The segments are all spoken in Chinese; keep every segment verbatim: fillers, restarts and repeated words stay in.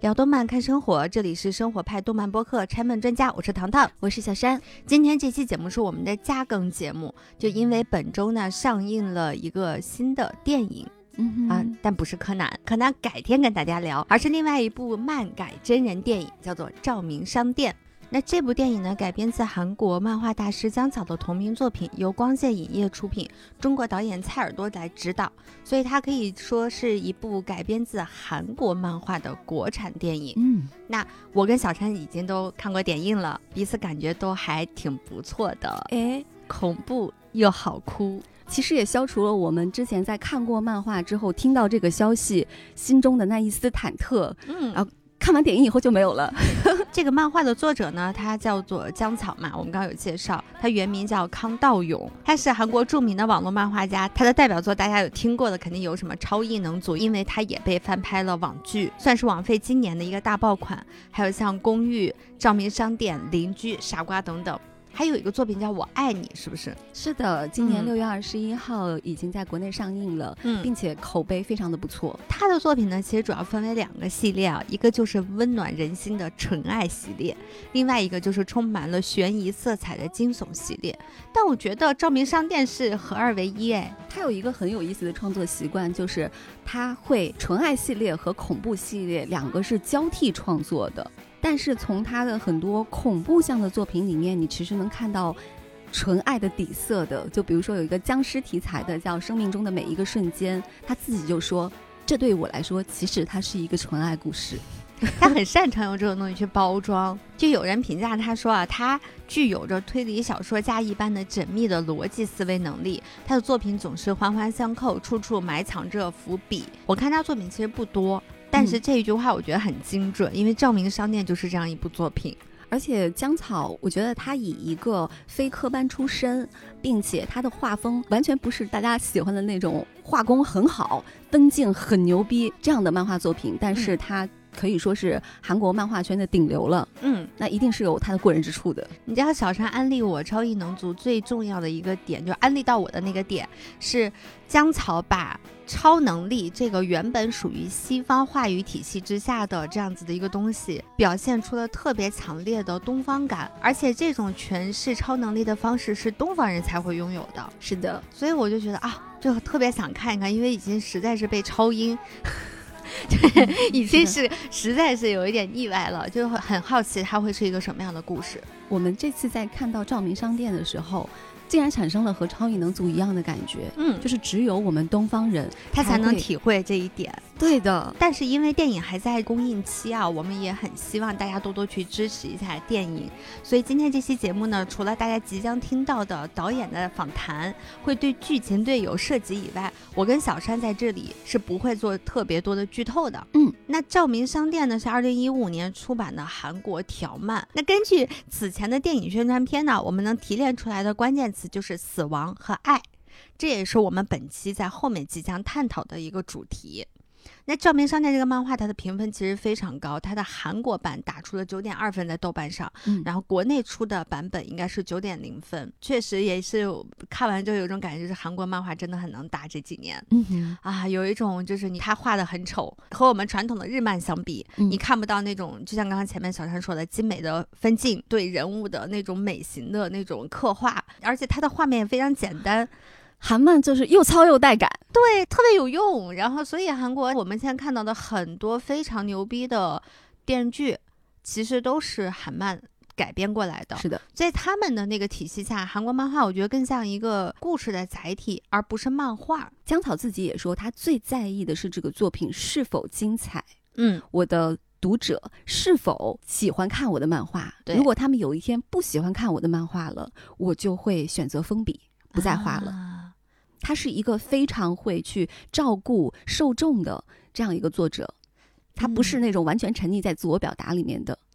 聊动漫看生活，这里是生活派动漫播客拆漫专家，我是糖糖， 我是小山。 今天这期节目是我们的加更节目，就因为本周呢上映了一个新的电影。 嗯啊，但不是柯南，柯南改天跟大家聊，而是另外一部漫改真人电影，叫做《照明商店》。那这部电影呢，改编自韩国漫画大师姜草的同名作品，由光线影业出品，中国导演蔡尔多来指导，所以它可以说是一部改编自韩国漫画的国产电影。 嗯， 那我跟小山已经都看过点映了，彼此感觉都还挺不错的。 哎， 恐怖又好哭。 其实也消除了我们之前在看过漫画之后听到这个消息心中的那一丝忐忑， 嗯， 然后看完电影以后就没有了。 这个漫画的作者呢，他叫做姜草嘛，我们刚刚有介绍，他原名叫康道勇，他是韩国著名的网络漫画家，他的代表作大家有听过的肯定有什么超异能组，因为他也被翻拍了网剧，算是网飞今年的一个大爆款，还有像公寓、照明商店、邻居、傻瓜等等。还有一个作品叫我爱你，是不是？ 是的，今年六月二十一号已经在国内上映了，嗯，并且口碑非常的不错。 他的作品呢，其实主要分为两个系列啊，一个就是温暖人心的纯爱系列，另外一个就是充满了悬疑色彩的惊悚系列。但我觉得照明商店是合二为一，哎， 他有一个很有意思的创作习惯，就是他会纯爱系列和恐怖系列两个是交替创作的。但是从他的很多恐怖向的作品里面，你其实能看到纯爱的底色的。就比如说有一个僵尸题材的叫《生命中的每一个瞬间》，他自己就说，这对我来说其实它是一个纯爱故事。 他很擅长用这种东西去包装。就有人评价他说啊，他具有着推理小说家一般的缜密的逻辑思维能力，他的作品总是环环相扣，处处埋藏着伏笔。我看他作品其实不多，但是这一句话我觉得很精准，因为照明商店就是这样一部作品。 而且姜草我觉得他以一个非科班出身，并且他的画风完全不是大家喜欢的那种画工很好、分镜很牛逼这样的漫画作品，但是他可以说是韩国漫画圈的顶流了。嗯，那一定是有他的过人之处的。 你知道小山安利我超异能族最重要的一个点，就安利到我的那个点是姜草把超能力这个原本属于西方话语体系之下的这样子的一个东西，表现出了特别强烈的东方感，而且这种诠释超能力的方式是东方人才会拥有的。 是的， 所以我就觉得啊，就特别想看一看，因为已经实在是被超英就是已经是实在是有一点意外了，就很好奇它会是一个什么样的故事。 我们这次在看到照明商店的时候，竟然产生了和超异能族一样的感觉，嗯，就是只有我们东方人他才能体会这一点。 对的， 但是因为电影还在公映期啊，我们也很希望大家多多去支持一下电影。所以今天这期节目呢，除了大家即将听到的导演的访谈会对剧情队有涉及以外，我跟小山在这里是不会做特别多的剧透的。嗯，那照明商店呢是二零一五年出版的韩国条漫。那根据此前的电影宣传片呢，我们能提炼出来的关键词就是死亡和爱，这也是我们本期在后面即将探讨的一个主题。那照明商店这个漫画它的评分其实非常高，它的韩国版打出了九点二分在豆瓣上、嗯、然后国内出的版本应该是九点零分，确实也是看完就有一种感觉，就是韩国漫画真的很能打这几年、嗯、啊，有一种就是你他画的很丑，和我们传统的日漫相比、嗯、你看不到那种就像刚刚前面小山说的精美的分镜，对人物的那种美型的那种刻画，而且它的画面也非常简单， 韩漫就是又糙又带感， 对，特别有用。然后所以韩国我们现在看到的很多非常牛逼的电视剧其实都是韩漫改编过来的。 是的， 在他们的那个体系下，韩国漫画我觉得更像一个故事的载体，而不是漫画。 姜草自己也说，他最在意的是这个作品是否精彩， 嗯， 我的读者是否喜欢看我的漫画。如果他们有一天不喜欢看我的漫画了，我就会选择封笔不再画了、啊他是一个非常会去照顾受众的这样一个作者，他不是那种完全沉溺在自我表达里面的、嗯、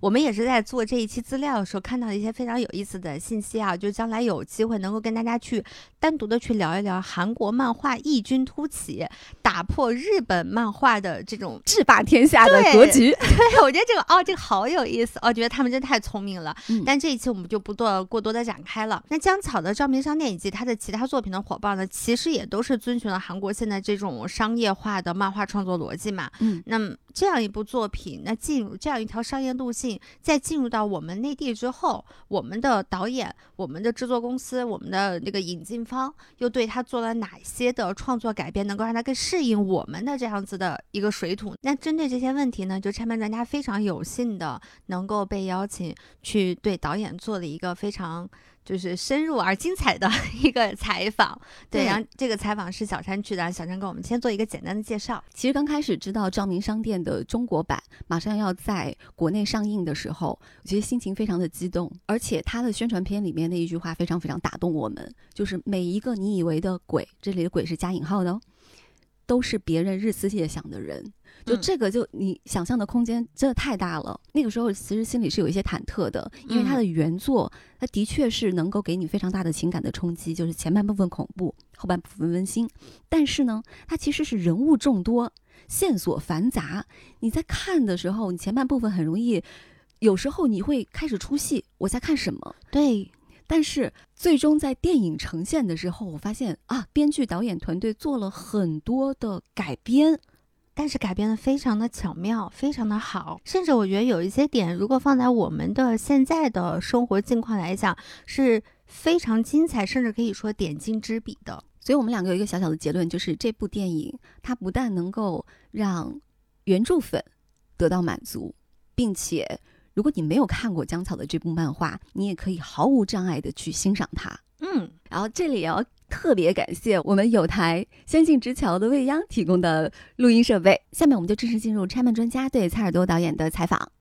我们也是在做这一期资料的时候看到了一些非常有意思的信息啊，就将来有机会能够跟大家去单独的去聊一聊韩国漫画异军突起，打破日本漫画的这种制霸天下的格局。 对，我觉得这个哦，这个好有意思，我、哦、觉得他们真太聪明了、 嗯。 但这一期我们就不多过多的展开了。那姜草的照明商店以及他的其他作品的火爆呢，其实也都是遵循了韩国现在这种商业化的漫画创作逻辑嘛。 嗯， 那么这样一部作品，那进入这样一条商业路径，再进入到我们内地之后，我们的导演、我们的制作公司、我们的那个引进方又对他做了哪些的创作改变，能够让他更适应我们的这样子的一个水土？那针对这些问题呢，就拆漫专家非常有幸的能够被邀请去对导演做了一个非常就是深入而精彩的一个采访。对，然后这个采访是小山去的，小山给我们先做一个简单的介绍。 其实刚开始知道照明商店的中国版马上要在国内上映的时候，我觉得心情非常的激动，而且他的宣传片里面的一句话非常非常打动我们，就是每一个你以为的鬼，这里的鬼是加引号的哦，都是别人日思夜想的人。就这个就你想象的空间真的太大了、嗯、那个时候其实心里是有一些忐忑的，因为它的原作它的确是能够给你非常大的情感的冲击，就是前半部分恐怖，后半部分温馨，但是呢它其实是人物众多，线索繁杂，你在看的时候你前半部分很容易有时候你会开始出戏，我在看什么。 对， 但是最终在电影呈现的时候，我发现啊，编剧导演团队做了很多的改编， 但是改编的非常的巧妙，非常的好，甚至我觉得有一些点如果放在我们的现在的生活境况来讲是非常精彩，甚至可以说点睛之笔的。 所以我们两个有一个小小的结论，就是这部电影它不但能够让原著粉得到满足，并且如果你没有看过姜草的这部漫画，你也可以毫无障碍的去欣赏它。 嗯， 然后这里也要特别感谢我们有台先进之桥的未央提供的录音设备。下面我们就正式进入拆漫专家对蔡耳朵导演的采访。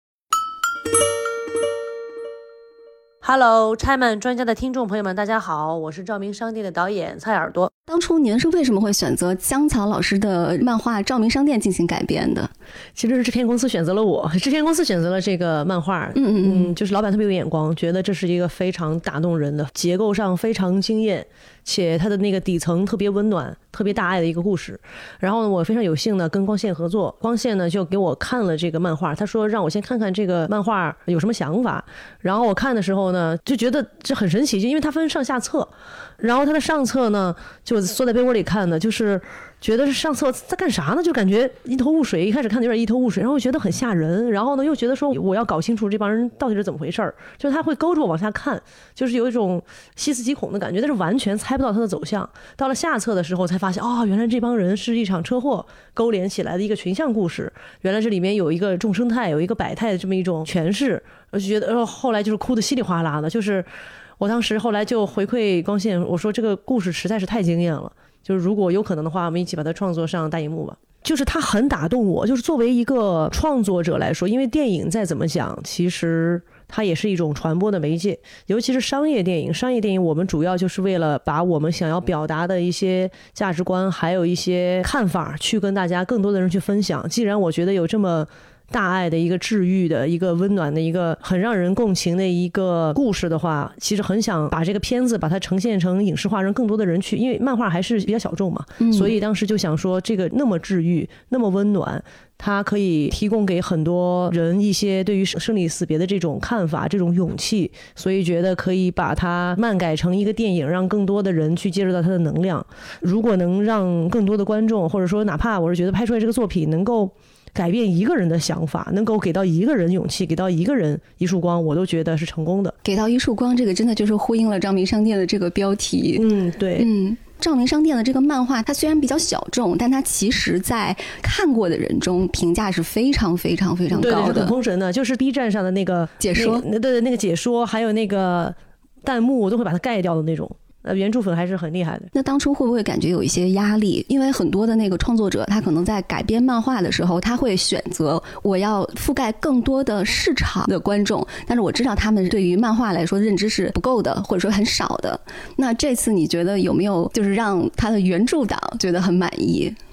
Hello， 拆漫专家的听众朋友们，大家好，我是照明商店的导演蔡耳朵。 当初您是为什么会选择姜草老师的漫画《照明商店》进行改编的？ 其实是制片公司选择了我，制片公司选择了这个漫画，嗯嗯嗯，就是老板特别有眼光，觉得这是一个非常打动人的，结构上非常惊艳，且它的那个底层特别温暖、特别大爱的一个故事。然后呢，我非常有幸呢跟光线合作，光线呢就给我看了这个漫画，他说让我先看看这个漫画有什么想法。然后我看的时候呢，就觉得这很神奇，就因为它分上下册，然后它的上册呢，就缩在被窝里看的，就是觉得是上册在干啥呢？就感觉一头雾水，一开始看的有点一头雾水，然后觉得很吓人，然后呢又觉得说我要搞清楚这帮人到底是怎么回事儿，就是他会勾着我往下看，就是有一种细思极恐的感觉，但是完全猜不到他的走向。到了下册的时候才发现，哦，原来这帮人是一场车祸勾连起来的一个群像故事，原来这里面有一个众生态，有一个百态的这么一种诠释。我就觉得、呃、后来就是哭得稀里哗啦的，就是我当时后来就回馈光线，我说这个故事实在是太惊艳了，就是如果有可能的话，我们一起把它创作上大荧幕吧。就是它很打动我，就是作为一个创作者来说，因为电影再怎么讲，其实它也是一种传播的媒介，尤其是商业电影。商业电影我们主要就是为了把我们想要表达的一些价值观，还有一些看法，去跟大家更多的人去分享。既然我觉得有这么大爱的一个治愈的一个温暖的一个很让人共情的一个故事的话，其实很想把这个片子把它呈现成影视化，让更多的人去，因为漫画还是比较小众嘛、嗯、所以当时就想说这个那么治愈那么温暖，它可以提供给很多人一些对于生离死别的这种看法，这种勇气，所以觉得可以把它漫改成一个电影，让更多的人去接触到它的能量。如果能让更多的观众，或者说哪怕我是觉得拍出来这个作品能够改变一个人的想法，能够给到一个人勇气，给到一个人一束光，我都觉得是成功的。 给到一束光，这个真的就是呼应了照明商店的这个标题。 嗯，对， 嗯。照明商店的这个漫画，它虽然比较小众，但它其实在看过的人中评价是非常非常非常高的。 对，很封神的，就是 B 站上的那个解说， 那对那个解说，还有那个弹幕，我都会把它盖掉的那种。呃，原著粉还是很厉害的。 那当初会不会感觉有一些压力？因为很多的那个创作者，他可能在改编漫画的时候，他会选择我要覆盖更多的市场的观众，但是我知道他们对于漫画来说认知是不够的，或者说很少的。那这次你觉得有没有就是让他的原著党觉得很满意？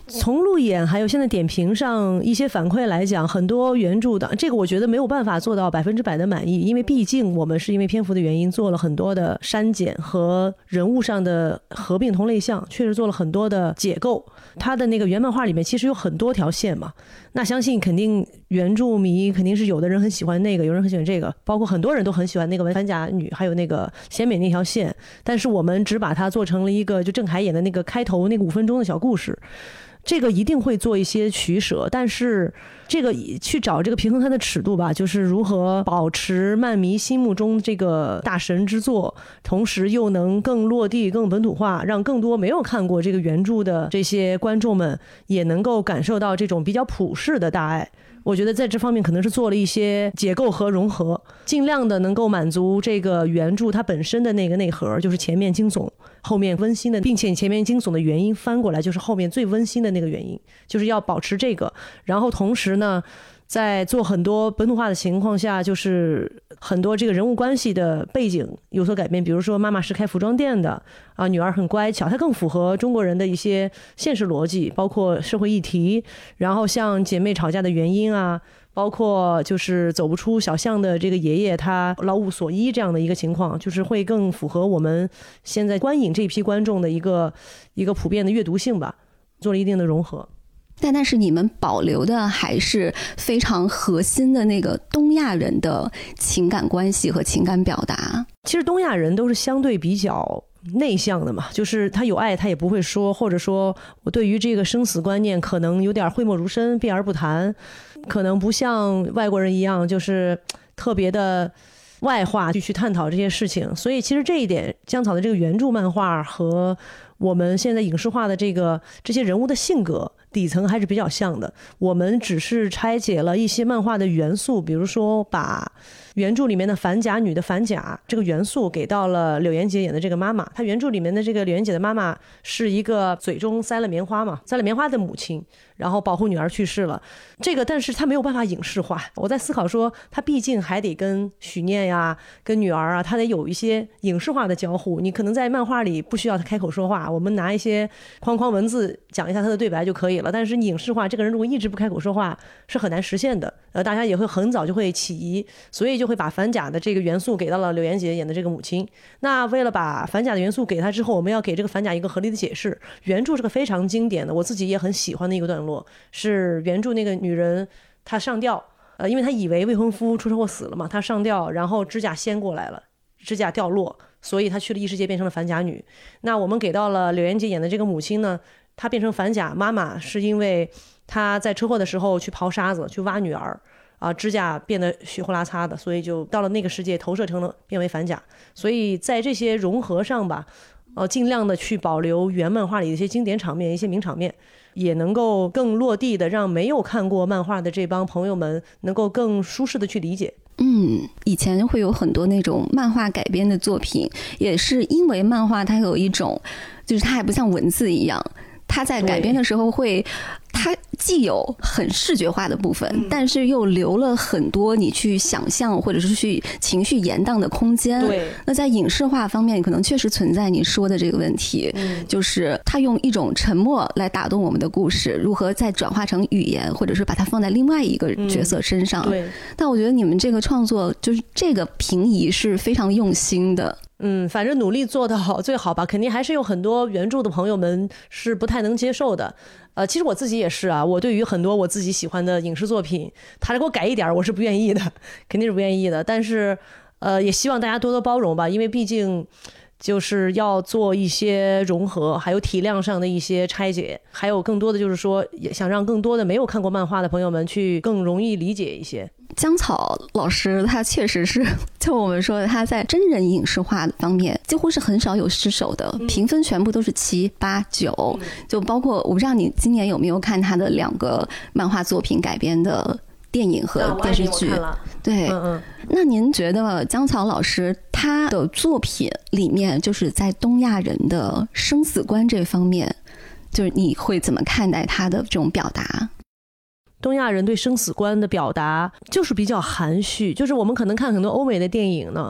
从路演还有现在点评上一些反馈来讲，很多原著的这个我觉得没有办法做到百分之百的满意，因为毕竟我们是因为篇幅的原因做了很多的删减和人物上的合并同类项，确实做了很多的解构。它的那个原漫画里面其实有很多条线嘛，那相信肯定原著迷肯定是有的人很喜欢那个，有人很喜欢这个，包括很多人都很喜欢那个反甲女还有那个贤美那条线，但是我们只把它做成了一个就郑恺演的那个开头那个五分钟的小故事。这个一定会做一些取舍，但是这个去找这个平衡它的尺度吧，就是如何保持漫迷心目中这个大神之作，同时又能更落地更本土化，让更多没有看过这个原著的这些观众们也能够感受到这种比较普世的大爱。我觉得在这方面可能是做了一些结构和融合，尽量的能够满足这个原著它本身的那个内核，就是前面惊悚后面温馨的，并且前面惊悚的原因翻过来就是后面最温馨的那个原因，就是要保持这个。然后同时呢在做很多本土化的情况下，就是很多这个人物关系的背景有所改变，比如说妈妈是开服装店的啊，女儿很乖巧，它更符合中国人的一些现实逻辑，包括社会议题，然后像姐妹吵架的原因啊，包括就是走不出小巷的这个爷爷他老无所依这样的一个情况，就是会更符合我们现在观影这批观众的一个一个普遍的阅读性吧，做了一定的融合。 但但是你们保留的还是非常核心的那个东亚人的情感关系和情感表达。 其实东亚人都是相对比较内向的嘛，就是他有爱他也不会说，或者说我对于这个生死观念可能有点讳莫如深，避而不谈，可能不像外国人一样就是特别的外化去去探讨这些事情。所以其实这一点姜草的这个原著漫画和我们现在影视化的这个这些人物的性格底层还是比较像的，我们只是拆解了一些漫画的元素，比如说把原著里面的反甲女的反甲这个元素给到了柳岩姐演的这个妈妈。她原著里面的这个柳岩姐的妈妈是一个嘴中塞了棉花嘛，塞了棉花的母亲，然后保护女儿去世了，这个但是她没有办法影视化。我在思考说她毕竟还得跟许念呀跟女儿啊，她得有一些影视化的交互，你可能在漫画里不需要她开口说话，我们拿一些框框文字讲一下她的对白就可以了，但是影视化这个人如果一直不开口说话是很难实现的，呃，大家也会很早就会起疑，所以就会把反甲的这个元素给到了柳岩姐演的这个母亲。那为了把反甲的元素给她之后，我们要给这个反甲一个合理的解释。原著是个非常经典的，我自己也很喜欢的一个段落，是原著那个女人她上吊，呃，因为她以为未婚夫出车祸死了嘛，她上吊，然后指甲掀过来了，指甲掉落，所以她去了异世界变成了反甲女。那我们给到了柳岩姐演的这个母亲呢，她变成反甲妈妈是因为她在车祸的时候去刨沙子去挖女儿啊，指甲变得血呼啦擦的，所以就到了那个世界投射成了变为反甲。所以在这些融合上吧，呃，尽量的去保留原漫画里的一些经典场面一些名场面，也能够更落地的让没有看过漫画的这帮朋友们能够更舒适的去理解。 嗯，以前会有很多那种漫画改编的作品，也是因为漫画它有一种就是它还不像文字一样，它在改编的时候会它既有很视觉化的部分、嗯、但是又留了很多你去想象或者是去情绪延宕的空间。 对， 那在影视化方面可能确实存在你说的这个问题、嗯、就是它用一种沉默来打动我们的故事，如何再转化成语言，或者是把它放在另外一个角色身上、嗯、对。但我觉得你们这个创作就是这个平移是非常用心的。 嗯，反正努力做到好最好吧，肯定还是有很多原著的朋友们是不太能接受的。呃，其实我自己也是啊，我对于很多我自己喜欢的影视作品，他给我改一点我是不愿意的，肯定是不愿意的。但是呃，也希望大家多多包容吧，因为毕竟就是要做一些融合，还有体量上的一些拆解，还有更多的就是说也想让更多的没有看过漫画的朋友们去更容易理解一些。 姜草老师他确实是就我们说的他在真人影视化方面几乎是很少有失手的、嗯、评分全部都是七八九、嗯、就包括我不知道你今年有没有看他的两个漫画作品改编的电影和电视剧、啊、对、嗯嗯、那您觉得姜草老师他的作品里面就是在东亚人的生死观这方面，就是你会怎么看待他的这种表达？ 东亚人对生死观的表达就是比较含蓄，就是我们可能看很多欧美的电影呢，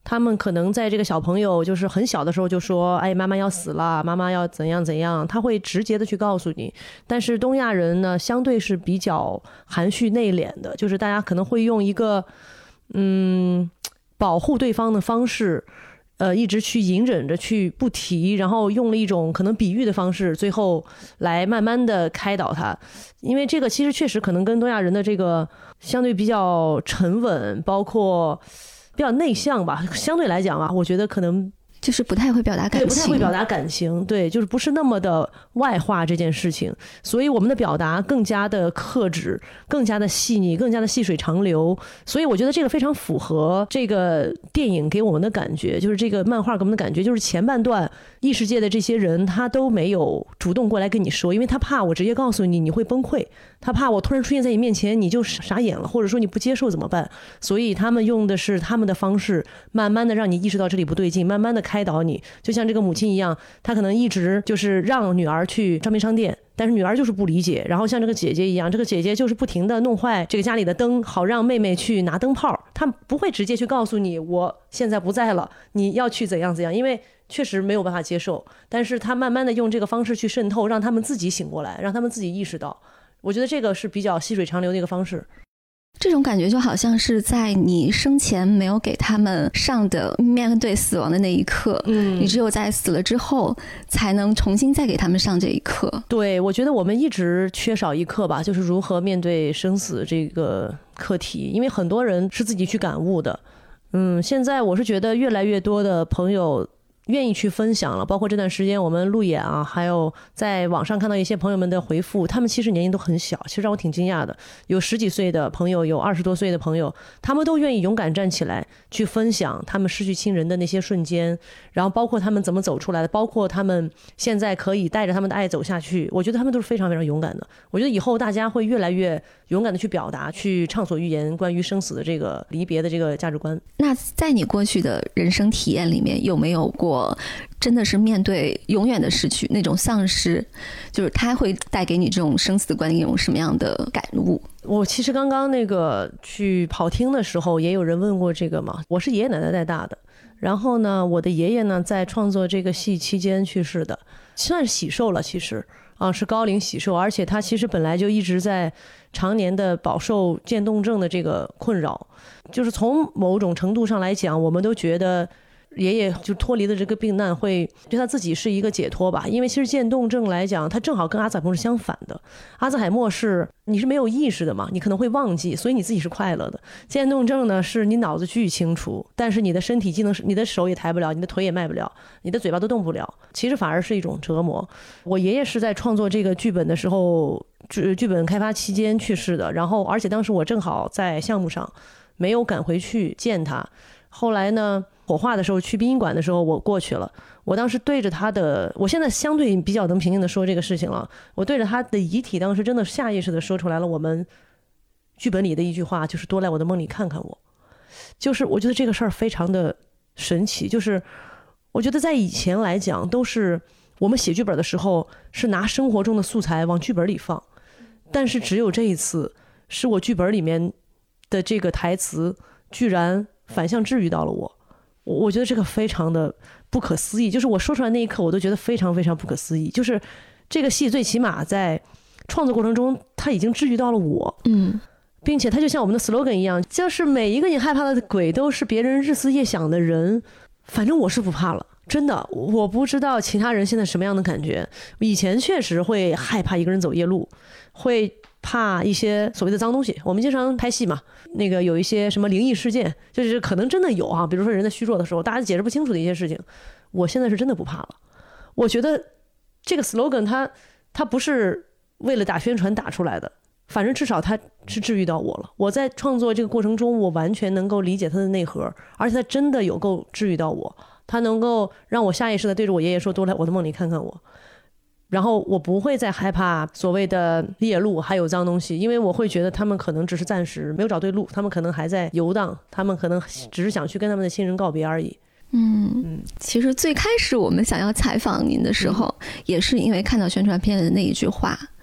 他们可能在这个小朋友就是很小的时候就说，哎，妈妈要死了，妈妈要怎样怎样，他会直接的去告诉你。但是东亚人呢，相对是比较含蓄内敛的，就是大家可能会用一个嗯保护对方的方式，呃，一直去隐忍着去不提，然后用了一种可能比喻的方式，最后来慢慢的开导他。因为这个其实确实可能跟东亚人的这个相对比较沉稳，包括比较内向吧，相对来讲吧，我觉得可能就是不太会表达感情， 对，不太会表达感情，对，就是不是那么的外化这件事情，所以我们的表达更加的克制，更加的细腻，更加的细水长流。所以我觉得这个非常符合这个电影给我们的感觉，就是这个漫画给我们的感觉，就是前半段异世界的这些人他都没有主动过来跟你说，因为他怕我直接告诉你你会崩溃，他怕我突然出现在你面前你就傻眼了，或者说你不接受怎么办，所以他们用的是他们的方式，慢慢的让你意识到这里不对劲，慢慢的开导你。就像这个母亲一样，她可能一直就是让女儿去照明商店，但是女儿就是不理解。然后像这个姐姐一样，这个姐姐就是不停的弄坏这个家里的灯，好让妹妹去拿灯泡。她不会直接去告诉你我现在不在了，你要去怎样怎样，因为确实没有办法接受。但是她慢慢的用这个方式去渗透，让他们自己醒过来，让他们自己意识到。我觉得这个是比较细水长流的一个方式。 这种感觉就好像是在你生前没有给他们上的面对死亡的那一课，嗯，你只有在死了之后才能重新再给他们上这一课。 对，我觉得我们一直缺少一课吧，就是如何面对生死这个课题，因为很多人是自己去感悟的。嗯，现在我是觉得越来越多的朋友愿意去分享了，包括这段时间我们路演啊，还有在网上看到一些朋友们的回复，他们其实年龄都很小，其实让我挺惊讶的，有十几岁的朋友，有二十多岁的朋友，他们都愿意勇敢站起来去分享他们失去亲人的那些瞬间，然后包括他们怎么走出来的，包括他们现在可以带着他们的爱走下去，我觉得他们都是非常非常勇敢的。我觉得以后大家会越来越勇敢的去表达，去畅所欲言关于生死的这个离别的这个价值观。 那在你过去的人生体验里面，有没有过真的是面对永远的失去那种丧失，就是它会带给你这种生死观的一种什么样的感悟？ 我其实刚刚那个去跑厅的时候也有人问过这个嘛，我是爷爷奶奶带大的，然后呢我的爷爷呢在创作这个戏期间去世的，算是喜寿了，其实啊是高龄喜寿，而且他其实本来就一直在常年的饱受渐冻症的这个困扰，就是从某种程度上来讲，我们都觉得爷爷就脱离了这个病难会对他自己是一个解脱吧，因为其实渐冻症来讲，它正好跟阿兹海默是相反的。阿兹海默是你是没有意识的嘛，你可能会忘记，所以你自己是快乐的。渐冻症呢，是你脑子巨清楚，但是你的身体机能，你的手也抬不了，你的腿也迈不了，你的嘴巴都动不了，其实反而是一种折磨。我爷爷是在创作这个剧本的时候，剧剧本开发期间去世的，然后而且当时我正好在项目上，没有赶回去见他。后来呢火化的时候去殡仪馆的时候我过去了，我当时对着他的，我现在相对比较能平静的说这个事情了，我对着他的遗体当时真的下意识的说出来了我们剧本里的一句话，就是多来我的梦里看看我。就是我觉得这个事儿非常的神奇，就是我觉得在以前来讲都是我们写剧本的时候是拿生活中的素材往剧本里放，但是只有这一次是我剧本里面的这个台词居然反向治愈到了我，我觉得这个非常的不可思议，就是我说出来那一刻我都觉得非常非常不可思议，就是这个戏最起码在创作过程中它已经治愈到了我，嗯，并且它就像我们的 slogan 一样，就是每一个你害怕的鬼都是别人日思夜想的人，反正我是不怕了，真的，我不知道其他人现在什么样的感觉，以前确实会害怕一个人走夜路，会怕一些所谓的脏东西，我们经常拍戏嘛，那个有一些什么灵异事件，就是可能真的有啊，比如说人在虚弱的时候大家解释不清楚的一些事情，我现在是真的不怕了。我觉得这个 slogan 它它不是为了打宣传打出来的，反正至少它是治愈到我了，我在创作这个过程中我完全能够理解它的内核，而且它真的有够治愈到我，它能够让我下意识的对着我爷爷说多来我的梦里看看我，然后我不会再害怕所谓的夜路还有脏东西，因为我会觉得他们可能只是暂时没有找对路，他们可能还在游荡，他们可能只是想去跟他们的亲人告别而已。 嗯嗯，其实最开始我们想要采访您的时候、嗯、也是因为看到宣传片的那一句话，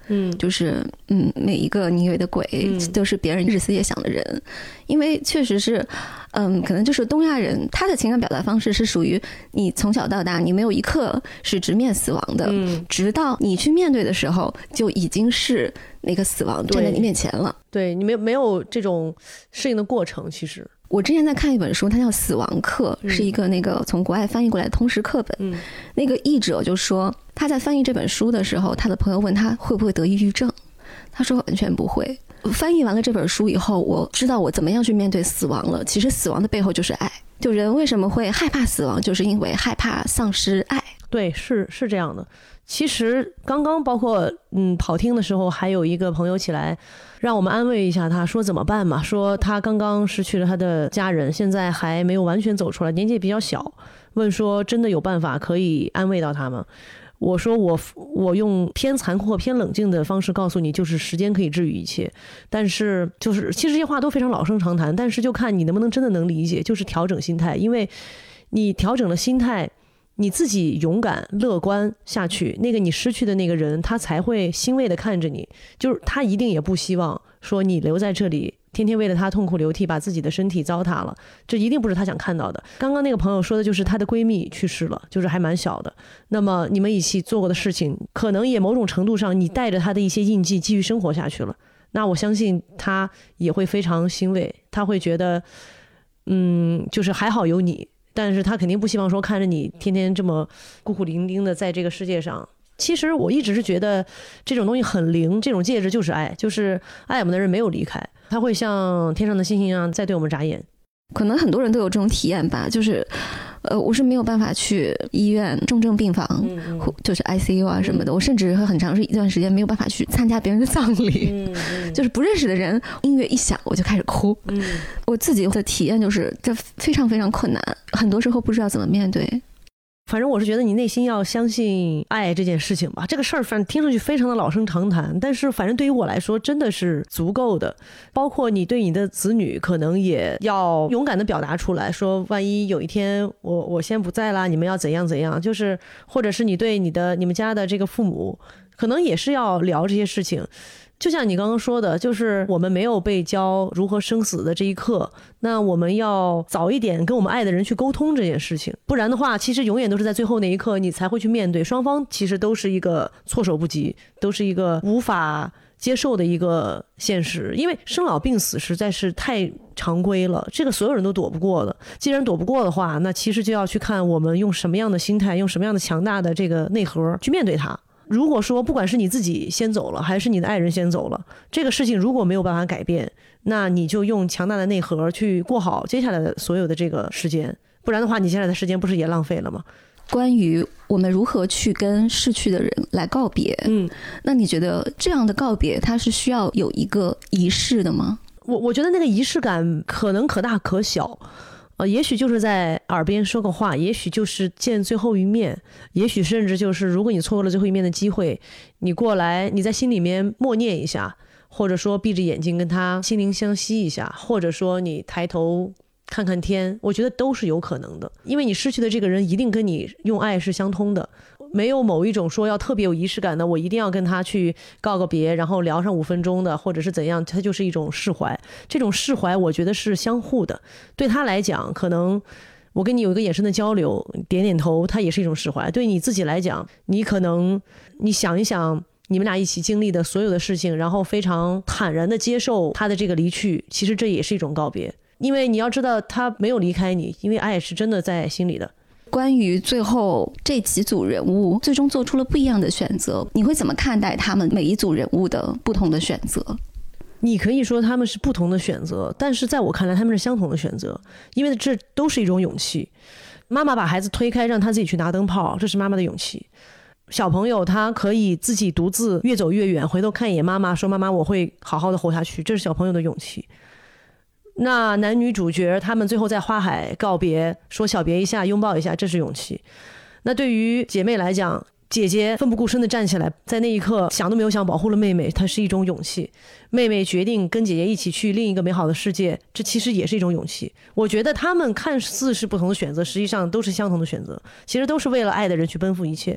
嗯，就是嗯，每一个你以为的鬼、嗯、都是别人日思夜想的人，因为确实是，嗯，可能就是东亚人他的情感表达方式是属于你从小到大你没有一刻是直面死亡的，嗯，直到你去面对的时候就已经是那个死亡站在你面前了， 对，对你没有没有这种适应的过程。其实我之前在看一本书，它叫《死亡课》，是一个那个从国外翻译过来的通识课本。嗯，那个译者就说他在翻译这本书的时候，他的朋友问他会不会得抑郁症，他说完全不会。翻译完了这本书以后，我知道我怎么样去面对死亡了。其实死亡的背后就是爱，就人为什么会害怕死亡，就是因为害怕丧失爱。 对，是是这样的。其实刚刚包括嗯跑听的时候，还有一个朋友起来让我们安慰一下他，说怎么办嘛，说他刚刚失去了他的家人，现在还没有完全走出来，年纪也比较小，问说真的有办法可以安慰到他吗？我说我我用偏残酷偏冷静的方式告诉你，就是时间可以治愈一切，但是就是其实这些话都非常老生常谈，但是就看你能不能真的能理解，就是调整心态，因为你调整了心态，你自己勇敢乐观下去，那个你失去的那个人他才会欣慰的看着你，就是他一定也不希望说你留在这里天天为了他痛哭流涕，把自己的身体糟蹋了，这一定不是他想看到的。刚刚那个朋友说的就是她的闺蜜去世了，就是还蛮小的，那么你们一起做过的事情可能也某种程度上你带着她的一些印记继续生活下去了，那我相信她也会非常欣慰，她会觉得嗯，就是还好有你，但是他肯定不希望说看着你天天这么孤苦伶仃的在这个世界上。其实我一直是觉得这种东西很灵，这种介质就是爱，就是爱我们的人没有离开，他会像天上的星星一样在对我们眨眼。 可能很多人都有这种体验吧，就是呃，我是没有办法去医院重症病房、嗯、就是 I C U 啊什么的、嗯、我甚至会很长一段时间没有办法去参加别人的葬礼、嗯嗯、就是不认识的人音乐一响我就开始哭、嗯、我自己的体验就是这非常非常困难，很多时候不知道怎么面对。 反正我是觉得你内心要相信爱这件事情吧，这个事儿反正听上去非常的老生常谈，但是反正对于我来说真的是足够的。包括你对你的子女可能也要勇敢的表达出来，说万一有一天我我先不在啦，你们要怎样怎样，就是或者是你对你的你们家的这个父母可能也是要聊这些事情。就像你刚刚说的，就是我们没有被教如何生死的这一课，那我们要早一点跟我们爱的人去沟通这件事情，不然的话其实永远都是在最后那一刻你才会去面对，双方其实都是一个措手不及，都是一个无法接受的一个现实，因为生老病死实在是太常规了，这个所有人都躲不过的。既然躲不过的话，那其实就要去看我们用什么样的心态，用什么样的强大的这个内核去面对它。如果说不管是你自己先走了还是你的爱人先走了，这个事情如果没有办法改变，那你就用强大的内核去过好接下来的所有的这个时间，不然的话你接下来的时间不是也浪费了吗？ 关于我们如何去跟逝去的人来告别，嗯，那你觉得这样的告别它是需要有一个仪式的吗？ 我我觉得那个仪式感可能可大可小，呃，也许就是在耳边说个话，也许就是见最后一面，也许甚至就是如果你错过了最后一面的机会，你过来你在心里面默念一下，或者说闭着眼睛跟他心灵相惜一下，或者说你抬头看看天，我觉得都是有可能的。因为你失去的这个人一定跟你用爱是相通的，没有某一种说要特别有仪式感的，我一定要跟他去告个别然后聊上五分钟的或者是怎样，它就是一种释怀。这种释怀我觉得是相互的，对他来讲可能我跟你有一个眼神的交流点点头，它也是一种释怀。对你自己来讲，你可能你想一想你们俩一起经历的所有的事情，然后非常坦然的接受他的这个离去，其实这也是一种告别。因为你要知道他没有离开你，因为爱是真的在心里的。 关于最后这几组人物最终做出了不一样的选择，你会怎么看待他们每一组人物的不同的选择？ 你可以说他们是不同的选择，但是在我看来他们是相同的选择，因为这都是一种勇气。妈妈把孩子推开让他自己去拿灯泡，这是妈妈的勇气。小朋友他可以自己独自越走越远，回头看一眼妈妈说妈妈我会好好的活下去，这是小朋友的勇气。那男女主角他们最后在花海告别，说小别一下拥抱一下，这是勇气。那对于姐妹来讲，姐姐奋不顾身的站起来，在那一刻想都没有想保护了妹妹，它是一种勇气。妹妹决定跟姐姐一起去另一个美好的世界，这其实也是一种勇气。我觉得他们看似是不同的选择，实际上都是相同的选择，其实都是为了爱的人去奔赴一切。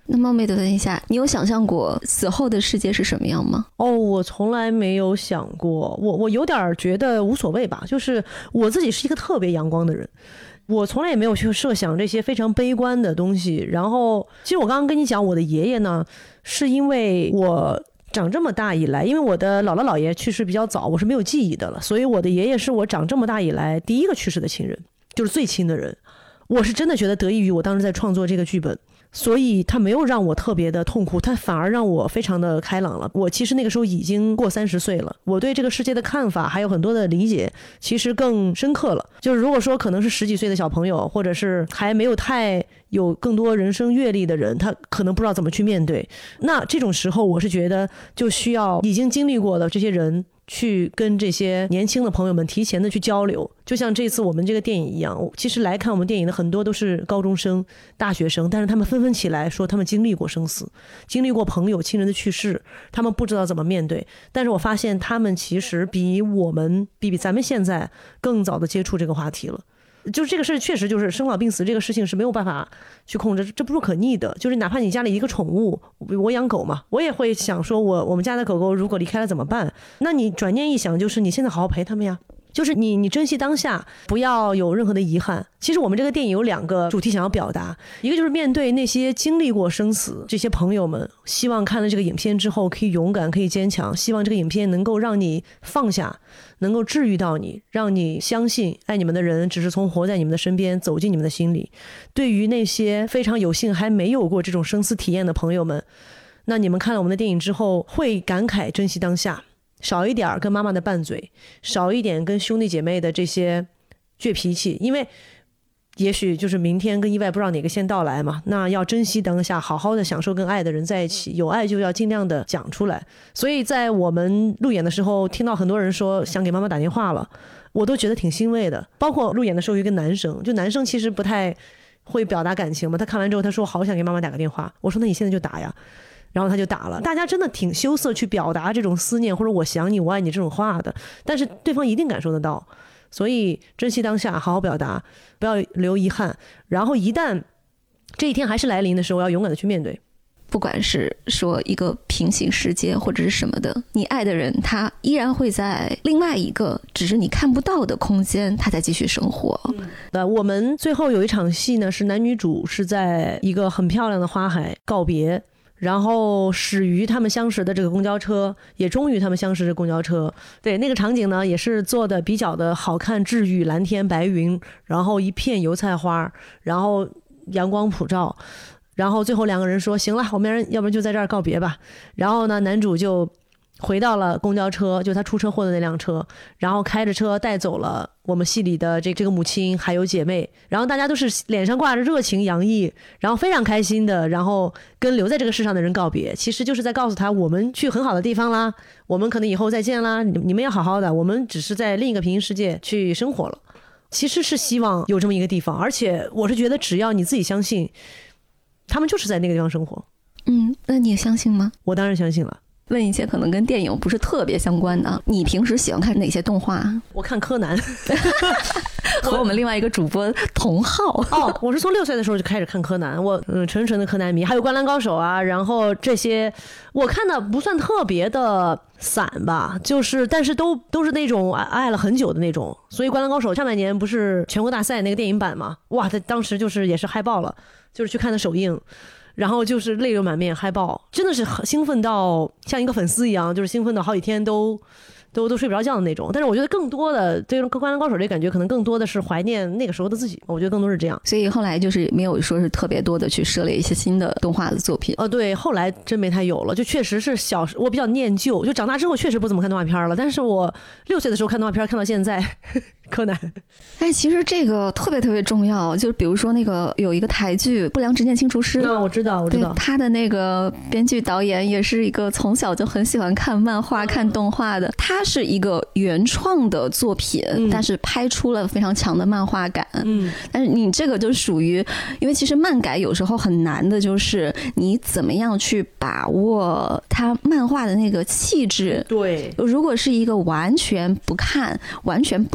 那冒昧的问一下，你有想象过死后的世界是什么样吗？ 哦，我从来没有想过，我我有点觉得无所谓吧，就是我自己是一个特别阳光的人，我从来也没有去设想这些非常悲观的东西。然后其实我刚刚跟你讲我的爷爷呢，是因为我长这么大以来，因为我的姥姥姥爷去世比较早，我是没有记忆的了，所以我的爷爷是我长这么大以来第一个去世的亲人，就是最亲的人。我是真的觉得得益于我当时在创作这个剧本，所以他没有让我特别的痛苦，他反而让我非常的开朗了。我其实那个时候已经过三十岁了，我对这个世界的看法还有很多的理解其实更深刻了。就是如果说可能是十几岁的小朋友，或者是还没有太有更多人生阅历的人，他可能不知道怎么去面对，那这种时候我是觉得就需要已经经历过的这些人去跟这些年轻的朋友们提前的去交流。就像这次我们这个电影一样，其实来看我们电影的很多都是高中生大学生，但是他们纷纷起来说他们经历过生死，经历过朋友亲人的去世，他们不知道怎么面对。但是我发现他们其实比我们比比咱们现在更早的接触这个话题了。就是这个事确实就是生老病死这个事情是没有办法去控制，这不是可逆的。就是哪怕你家里一个宠物，我养狗嘛，我也会想说我我们家的狗狗如果离开了怎么办。那你转念一想，就是你现在好好陪他们呀，就是你你珍惜当下，不要有任何的遗憾。其实我们这个电影有两个主题想要表达，一个就是面对那些经历过生死这些朋友们，希望看了这个影片之后可以勇敢可以坚强，希望这个影片能够让你放下，能够治愈到你，让你相信爱你们的人只是从活在你们的身边走进你们的心里。对于那些非常有幸还没有过这种生死体验的朋友们，那你们看了我们的电影之后会感慨珍惜当下，少一点跟妈妈的拌嘴，少一点跟兄弟姐妹的这些倔脾气，因为也许就是明天跟意外不知道哪个先到来嘛，那要珍惜当下，好好的享受跟爱的人在一起，有爱就要尽量的讲出来。所以在我们路演的时候听到很多人说想给妈妈打电话了，我都觉得挺欣慰的。包括路演的时候有一个男生，就男生其实不太会表达感情嘛，他看完之后他说好想给妈妈打个电话，我说那你现在就打呀，然后他就打了。大家真的挺羞涩去表达这种思念或者我想你我爱你这种话的，但是对方一定感受得到。所以珍惜当下，好好表达，不要留遗憾，然后一旦这一天还是来临的时候要勇敢的去面对。 不管是说一个平行世界或者是什么的，你爱的人他依然会在另外一个只是你看不到的空间，他在继续生活。 嗯，我们最后有一场戏呢，是男女主是在一个很漂亮的花海告别，然后始于他们相识的这个公交车，也终于他们相识的公交车。对，那个场景呢也是做的比较的好看治愈，蓝天白云，然后一片油菜花，然后阳光普照，然后最后两个人说行了，我们要不然就在这儿告别吧。然后呢男主就回到了公交车，就他出车祸的那辆车，然后开着车带走了我们戏里的这这个母亲还有姐妹，然后大家都是脸上挂着热情洋溢，然后非常开心的，然后跟留在这个世上的人告别，其实就是在告诉他我们去很好的地方啦，我们可能以后再见啦，你你们要好好的，我们只是在另一个平行世界去生活了。其实是希望有这么一个地方，而且我是觉得只要你自己相信，他们就是在那个地方生活。 嗯，那你也相信吗？ 我当然相信了。 问一些可能跟电影不是特别相关的，你平时喜欢看哪些动画？ 我看柯南和我们另外一个主播同号。 哦，我是从六岁的时候就开始看柯南，我嗯纯纯的柯南迷，还有灌篮高手啊，然后这些我看的不算特别的散吧，就是但是都都是那种爱了很久的那种。所以灌篮高手上半年不是全国大赛那个电影版嘛，哇，他当时就是也是嗨爆了，就是去看的首映，然后就是泪流满面嗨爆，真的是兴奋到像一个粉丝一样，就是兴奋到好几天都都都睡不着觉的那种。但是我觉得更多的对灌篮高手这感觉可能更多的是怀念那个时候的自己，我觉得更多是这样。 所以后来就是没有说是特别多的去涉猎一些新的动画的作品。 哦，对，后来真没太有了，就确实是小我比较念旧，就长大之后确实不怎么看动画片了，但是我六岁的时候看动画片看到现在柯南。 哎，其实这个特别特别重要，就是比如说那个有一个台剧《不良执念清除师》， 那我知道我知道， 他的那个编剧导演也是一个从小就很喜欢看漫画看动画的，他是一个原创的作品、嗯、但是拍出了非常强的漫画感。嗯，但是你这个就属于，因为其实漫改有时候很难的，就是你怎么样去把握他漫画的那个气质。 对， 如果是一个完全不看完全不接触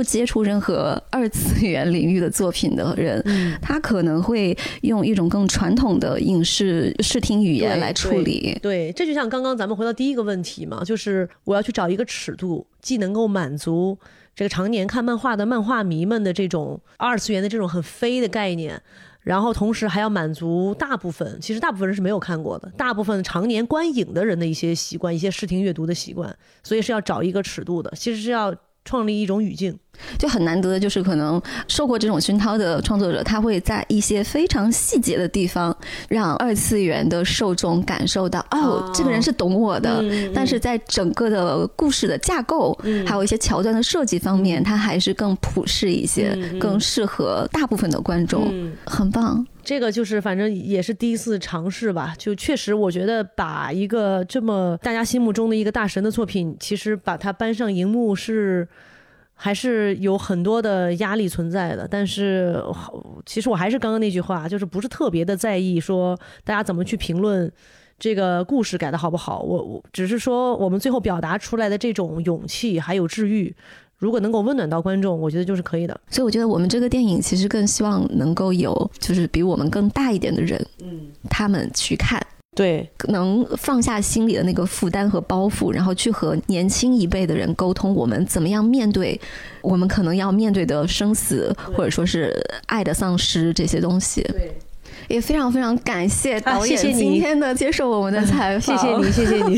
任何二次元领域的作品的人，嗯、他可能会用一种更传统的影视视听语言来处理。 对，对，这就像刚刚咱们回到第一个问题嘛，就是我要去找一个尺度，既能够满足这个常年看漫画的漫画迷们的这种二次元的这种很飞的概念，然后同时还要满足大部分，其实大部分人是没有看过的，大部分常年观影的人的一些习惯，一些视听阅读的习惯，所以是要找一个尺度的，其实是要创立一种语境。 就很难得的就是可能受过这种熏陶的创作者，他会在一些非常细节的地方让二次元的受众感受到，哦，哦这个人是懂我的、嗯、但是在整个的故事的架构、嗯、还有一些桥段的设计方面、嗯、他还是更普世一些、嗯、更适合大部分的观众、嗯、很棒。 这个就是反正也是第一次尝试吧，就确实我觉得把一个这么大家心目中的一个大神的作品，其实把它搬上荧幕是还是有很多的压力存在的。但是其实我还是刚刚那句话，就是不是特别的在意说大家怎么去评论这个故事改得好不好，我我只是说我们最后表达出来的这种勇气还有治愈，如果能够温暖到观众，我觉得就是可以的。 所以我觉得我们这个电影其实更希望能够有就是比我们更大一点的人，嗯，他们去看， 对， 能放下心里的那个负担和包袱，然后去和年轻一辈的人沟通，我们怎么样面对我们可能要面对的生死，或者说是爱的丧失这些东西。对，也非常非常感谢导演今天的接受我们的采访、 啊、谢谢你谢谢你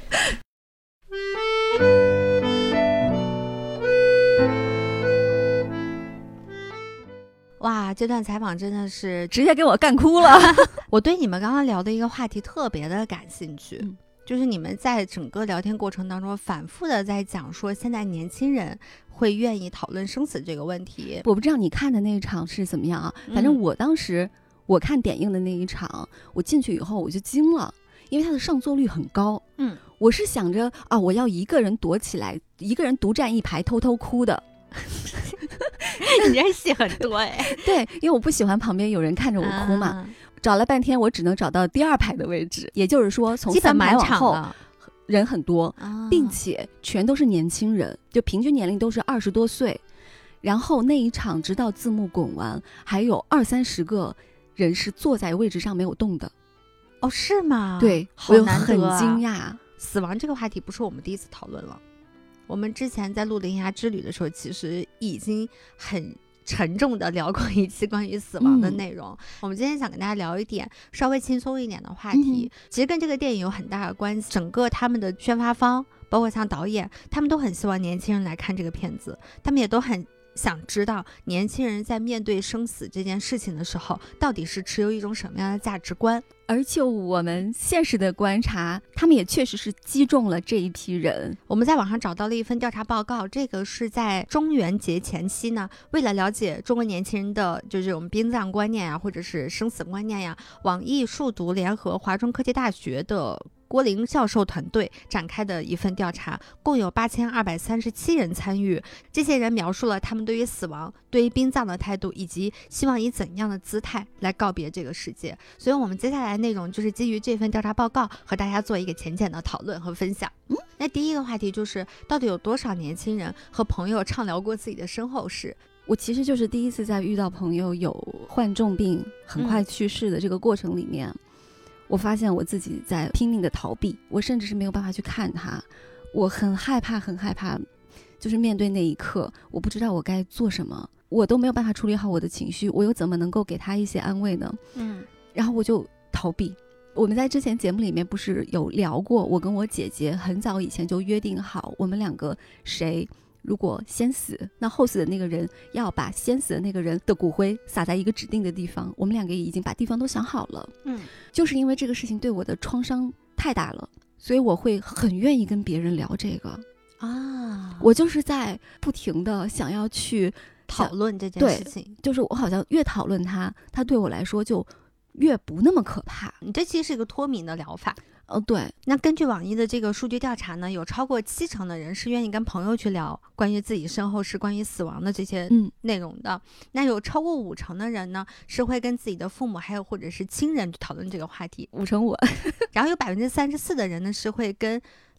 哇，这段采访真的是直接给我干哭了我对你们刚刚聊的一个话题特别的感兴趣、嗯、就是你们在整个聊天过程当中反复的在讲说现在年轻人会愿意讨论生死这个问题。 我不知道你看的那一场是怎么样啊，反正我当时、嗯、我看点映的那一场，我进去以后我就惊了，因为它的上座率很高。嗯，我是想着啊，我要一个人躲起来，一个人独占一排偷偷哭的你这戏很多哎。 对，因为我不喜欢旁边有人看着我哭嘛、啊、找了半天我只能找到第二排的位置，也就是说从三排往后人很多、啊、并且全都是年轻人，就平均年龄都是二十多岁，然后那一场直到字幕滚完还有二三十个人是坐在位置上没有动的。 哦，是吗？ 对， 好难得、啊、 我很惊讶。 死亡这个话题不是我们第一次讨论了，我们之前在录《铃芽之旅》的时候其实已经很沉重的聊过一期关于死亡的内容、嗯、我们今天想跟大家聊一点稍微轻松一点的话题、嗯、其实跟这个电影有很大的关系。整个他们的宣发方包括像导演，他们都很希望年轻人来看这个片子，他们也都很想知道年轻人在面对生死这件事情的时候到底是持有一种什么样的价值观。 而且我们现实的观察，他们也确实是击中了这一批人。 我们在网上找到了一份调查报告，这个是在中元节前夕呢，为了了解中国年轻人的就是这种殡葬观念呀、啊，或者是生死观念呀，网易数独联合华中科技大学的郭林教授团队展开的一份调查，共有八千二百三十七人参与。这些人描述了他们对于死亡、对于殡葬的态度，以及希望以怎样的姿态来告别这个世界。所以我们接下来内容就是基于这份调查报告和大家做一个浅浅的讨论和分享。嗯，那第一个话题就是到底有多少年轻人和朋友畅聊过自己的身后事。 我其实就是第一次在遇到朋友有患重病很快去世的这个过程里面、嗯，我发现我自己在拼命的逃避，我甚至是没有办法去看他，我很害怕很害怕，就是面对那一刻我不知道我该做什么，我都没有办法处理好我的情绪，我又怎么能够给他一些安慰呢？嗯，然后我就逃避。我们在之前节目里面不是有聊过，我跟我姐姐很早以前就约定好，我们两个谁如果先死，那后死的那个人要把先死的那个人的骨灰撒在一个指定的地方，我们两个已经把地方都想好了。嗯，就是因为这个事情对我的创伤太大了，所以我会很愿意跟别人聊这个啊。我就是在不停的想要去讨论这件事情， 就是我好像越讨论它，它对我来说就越不那么可怕。 你这其实是一个脱敏的疗法。 哦，对。 那根据网易的这个数据调查呢，有超过七成的人是愿意跟朋友去聊关于自己身后事、关于死亡的这些内容的、嗯、那有超过五成的人呢是会跟自己的父母还有或者是亲人去讨论这个话题， 五成五然后有百分之三十四的人呢是会跟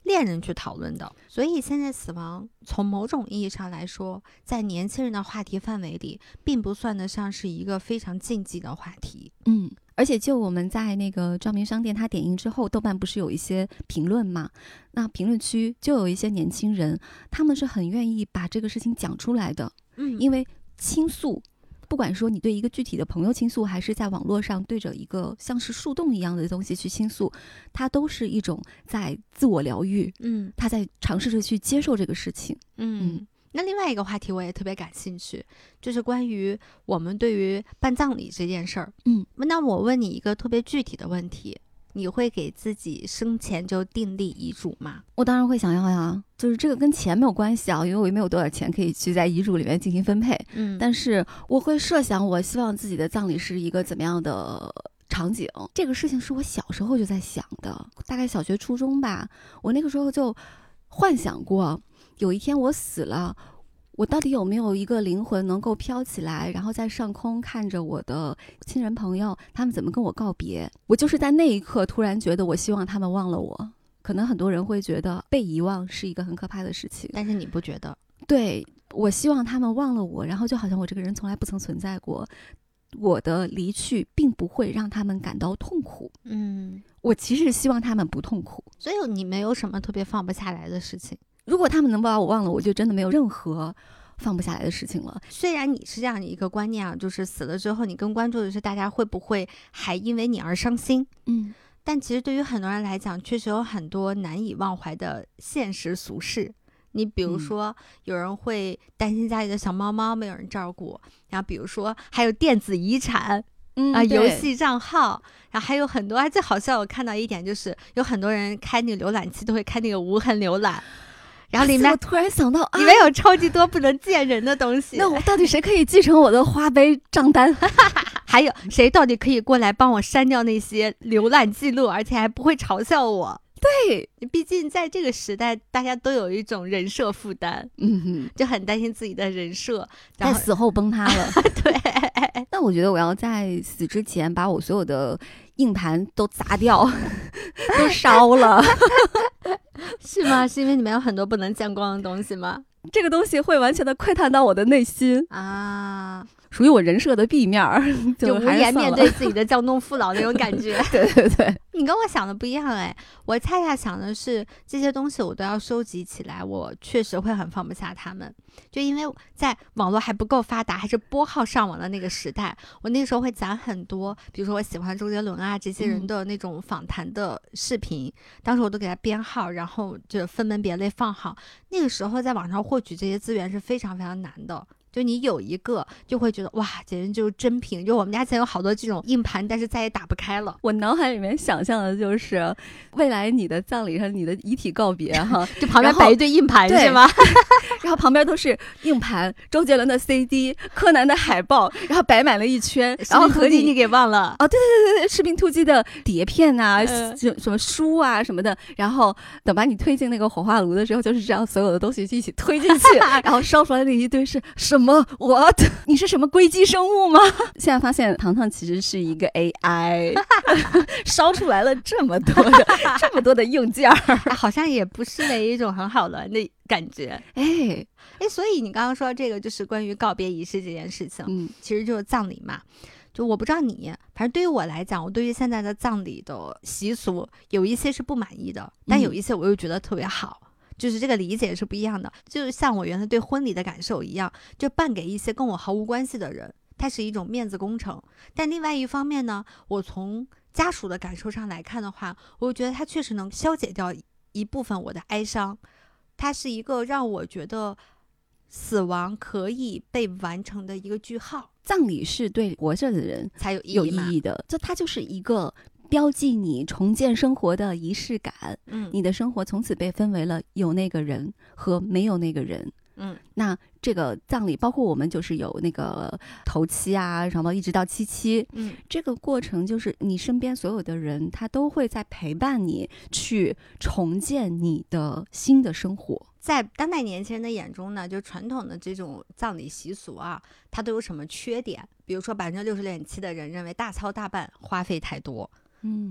恋人去讨论的。所以现在死亡从某种意义上来说，在年轻人的话题范围里并不算得上是一个非常禁忌的话题。 嗯，而且就我们在那个照明商店它点映之后，豆瓣不是有一些评论嘛，那评论区就有一些年轻人，他们是很愿意把这个事情讲出来的。 嗯， 因为倾诉，不管说你对一个具体的朋友倾诉，还是在网络上对着一个像是树洞一样的东西去倾诉，它都是一种在自我疗愈。 嗯， 他在尝试着去接受这个事情。 嗯，嗯，那另外一个话题我也特别感兴趣，就是关于我们对于办葬礼这件事儿。 嗯， 那我问你一个特别具体的问题，你会给自己生前就订立遗嘱吗？ 我当然会想要呀，就是这个跟钱没有关系啊，因为我也没有多少钱可以去在遗嘱里面进行分配。 嗯， 但是我会设想，我希望自己的葬礼是一个怎么样的场景。这个事情是我小时候就在想的，大概小学初中吧，我那个时候就幻想过，有一天我死了，我到底有没有一个灵魂能够飘起来，然后在上空看着我的亲人朋友，他们怎么跟我告别。我就是在那一刻突然觉得，我希望他们忘了我。可能很多人会觉得被遗忘是一个很可怕的事情， 但是你不觉得？ 对，我希望他们忘了我，然后就好像我这个人从来不曾存在过，我的离去并不会让他们感到痛苦。 嗯， 我其实希望他们不痛苦。 所以你没有什么特别放不下来的事情。 如果他们能把我忘了，我就真的没有任何放不下来的事情了。 虽然你是这样的一个观念啊，就是死了之后你更关注的是大家会不会还因为你而伤心。 嗯， 但其实对于很多人来讲，确实有很多难以忘怀的现实俗事。你比如说，有人会担心家里的小猫猫没有人照顾，然后比如说还有电子遗产。 嗯啊、呃，游戏账号，然后还有很多。啊，最好笑我看到一点就是，有很多人开那个浏览器都会开那个无痕浏览，然后里面我突然想到，啊、 里面有超级多不能见人的东西。 那我到底谁可以继承我的花呗账单？ 还有谁到底可以过来帮我删掉那些浏览记录，而且还不会嘲笑我？ 对， 毕竟在这个时代，大家都有一种人设负担， 嗯哼， 就很担心自己的人设在死后崩塌了。 对， 那我觉得我要在死之前把我所有的硬盘都砸掉，都烧了。 是吗？是因为里面有很多不能见光的东西吗？ 这个东西会完全的窥探到我的内心啊。 属于我人设的 B 面儿， 就无颜面对自己的江东父老那种感觉。 对对对， 你跟我想的不一样哎，我恰恰想的是这些东西我都要收集起来，我确实会很放不下他们。就因为在网络还不够发达，还是拨号上网的那个时代，我那个时候会攒很多，比如说我喜欢周杰伦啊这些人的那种访谈的视频，嗯、当时我都给他编号，然后就分门别类放好。那个时候在网上获取这些资源是非常非常难的。就你有一个就会觉得哇，简直就是真品。就我们家现在有好多这种硬盘，但是再也打不开了。 我脑海里面想象的就是未来你的葬礼上，你的遗体告别哈， 就旁边摆一堆硬盘是吗？ 然后旁边都是硬盘，周杰伦的 C D， 柯南的海报，然后摆满了一圈。然后和你你给忘了哦，对对对对，士兵突击的碟片啊， 嗯、 什么书啊什么的。然后等把你推进那个火化炉的时候，就是这样，所有的东西一起推进去，然后烧出来的那一堆是什么？什么？我你是什么硅基生物吗？现在发现糖糖其实是一个 A I， 烧出来了这么多的这么多的硬件儿、 哎，好像也不失为一种很好玩的感觉。 哎哎，所以你刚刚说这个就是关于告别仪式这件事情， 嗯， 其实就是葬礼嘛。就我不知道你，反正对于我来讲，我对于现在的葬礼的习俗有一些是不满意的，但有一些我又觉得特别好。嗯，就是这个理解是不一样的，就像我原来对婚礼的感受一样，就办给一些跟我毫无关系的人，它是一种面子工程。但另外一方面呢，我从家属的感受上来看的话，我觉得它确实能消解掉一部分我的哀伤，它是一个让我觉得死亡可以被完成的一个句号。 葬礼是对活着的人才有意义有意义的，就它就是一个标记你重建生活的仪式感。 嗯， 你的生活从此被分为了有那个人和没有那个人。 嗯， 那这个葬礼包括我们就是有那个头七啊，然后一直到七七。 嗯， 这个过程就是你身边所有的人，他都会在陪伴你去重建你的新的生活。 在当代年轻人的眼中呢，就传统的这种葬礼习俗啊，它都有什么缺点？比如说百分之六十点七的人认为大操大办花费太多。 嗯，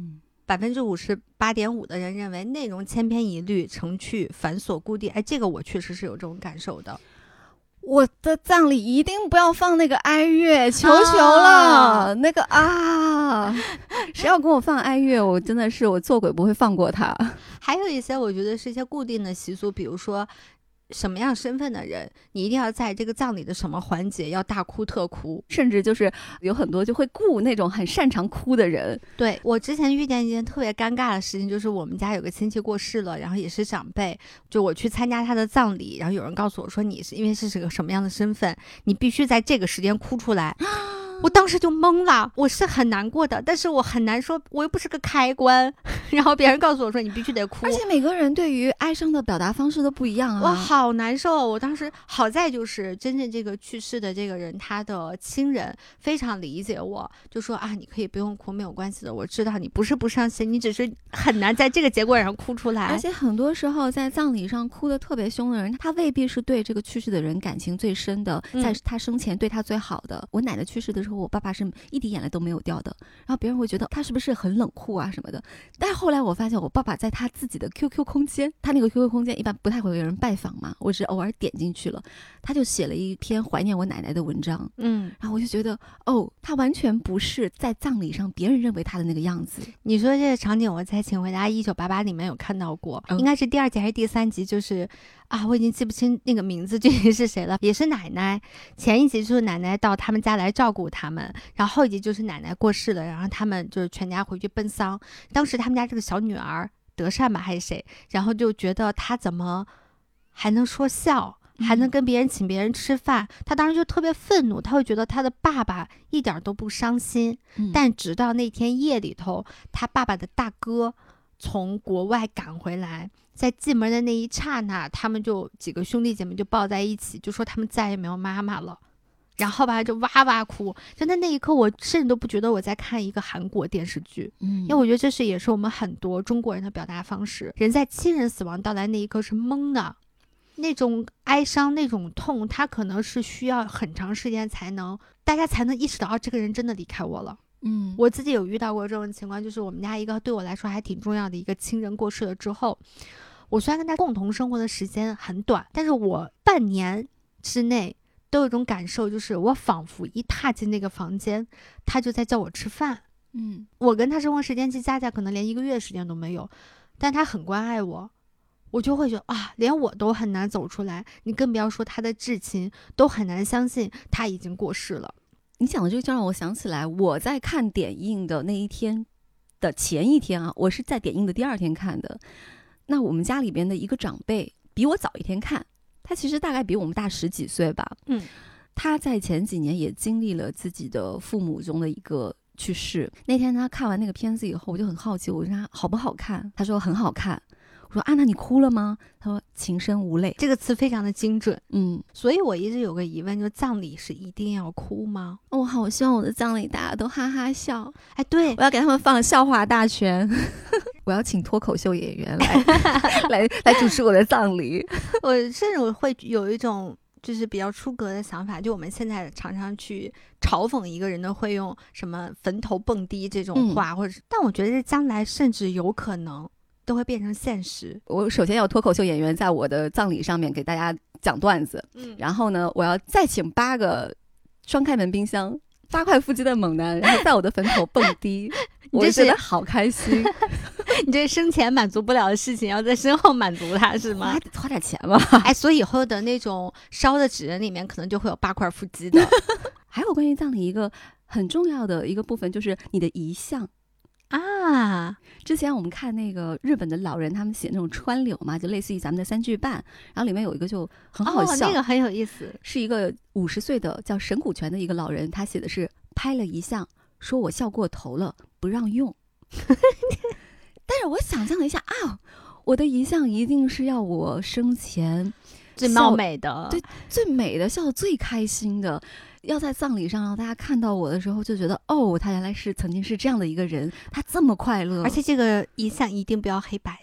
百分之五十八点五的人认为内容千篇一律、程序繁琐固定。哎，这个我确实是有这种感受的。 我的葬礼一定不要放那个哀乐，求求了，啊那个啊，谁要给我放哀乐，我真的是我做鬼不会放过他。 还有一些我觉得是一些固定的习俗，比如说什么样身份的人，你一定要在这个葬礼的什么环节要大哭特哭， 甚至就是有很多就会雇那种很擅长哭的人。 对，我之前遇见一件特别尴尬的事情，就是我们家有个亲戚过世了，然后也是长辈，就我去参加他的葬礼，然后有人告诉我说，你是因为是个什么样的身份，你必须在这个时间哭出来。我当时就懵了，我是很难过的，但是我很难说，我又不是个开关。然后别人告诉我说你必须得哭， 而且每个人对于哀伤的表达方式都不一样啊。 我好难受。我当时好在就是真正这个去世的这个人，他的亲人非常理解我，就说啊，你可以不用哭，没有关系的，我知道你不是不伤心，你只是很难在这个节骨眼上哭出来。 而且很多时候在葬礼上哭得特别凶的人，他未必是对这个去世的人感情最深的， 嗯、 在他生前对他最好的。我奶奶去世的时候，我爸爸是一滴眼泪都没有掉的，然后别人会觉得他是不是很冷酷啊什么的。但是后来我发现我爸爸在他自己的 Q Q 空间，他那个 Q Q 空间一般不太会有人拜访嘛，我只偶尔点进去了，他就写了一篇怀念我奶奶的文章。 嗯， 然后我就觉得哦，他完全不是在葬礼上别人认为他的那个样子。 你说这个场景我在《请回答一九八八》里面有看到过、嗯、应该是第二集还是第三集，就是啊，我已经记不清那个名字具体是谁了，也是奶奶。前一集就是奶奶到他们家来照顾他们，然后后一集就是奶奶过世了，然后他们就是全家回去奔丧。当时他们家这个小女儿德善吧还是谁，然后就觉得她怎么还能说笑，还能跟别人请别人吃饭，他当时就特别愤怒，他会觉得他的爸爸一点都不伤心、嗯、但直到那天夜里头，他爸爸的大哥从国外赶回来，在进门的那一刹那，他们就几个兄弟姐妹就抱在一起，就说他们再也没有妈妈了，然后吧就哇哇哭。真的那一刻我甚至都不觉得我在看一个韩国电视剧、嗯、因为我觉得这是也是我们很多中国人的表达方式。人在亲人死亡到来那一刻是懵的，那种哀伤那种痛，他可能是需要很长时间才能大家才能意识到、啊、这个人真的离开我了。嗯，我自己有遇到过这种情况，就是我们家一个对我来说还挺重要的一个亲人过世了之后，我虽然跟他共同生活的时间很短，但是我半年之内都有一种感受，就是我仿佛一踏进那个房间，他就在叫我吃饭。嗯，我跟他生活时间其实加起来可能连一个月时间都没有，但他很关爱我，我就会觉得啊，连我都很难走出来，你更不要说他的至亲，都很难相信他已经过世了。 你讲的这个就让我想起来，我在看点映的那一天的前一天啊，我是在点映的第二天看的。那我们家里边的一个长辈比我早一天看，他其实大概比我们大十几岁吧。嗯，他在前几年也经历了自己的父母中的一个去世。那天他看完那个片子以后，我就很好奇，我问他好不好看，他说很好看。我说啊，那你哭了吗？他说情深无泪， 这个词非常的精准。 嗯， 所以我一直有个疑问，就是葬礼是一定要哭吗？ 我、哦、好希望我的葬礼大家都哈哈笑。 哎，对， 我要给他们放笑话大全。我要请脱口秀演员来来来主持我的葬礼。 我甚至我会有一种就是比较出格的想法，就我们现在常常去嘲讽一个人的会用什么坟头蹦迪这种话、嗯、或者是，但我觉得这将来甚至有可能都会变成现实。 我首先要脱口秀演员在我的葬礼上面给大家讲段子、嗯、然后呢我要再请八个双开门冰箱八块腹肌的猛男，然后在我的坟头蹦迪。我觉得好开心。 你这生前满足不了的事情要在身后满足他是吗？ 花点钱嘛。 哎，所以以后的那种烧的纸人里面可能就会有八块腹肌的。 还有关于葬礼一个很重要的一个部分就是你的遗像啊。 之前我们看那个日本的老人他们写那种川柳嘛，就类似于咱们的三句半，然后里面有一个就很好笑、 哦、那个很有意思， 是一个五十岁的叫沈谷泉的一个老人，他写的是拍了遗像说我笑过头了不让用。但是我想象了一下啊，我的遗像一定是要我生前最貌美的， 对，最美的，笑得最开心的，要在葬礼上让大家看到我的时候就觉得哦，他原来是曾经是这样的一个人，他这么快乐。 而且这个遗像一定不要黑白的，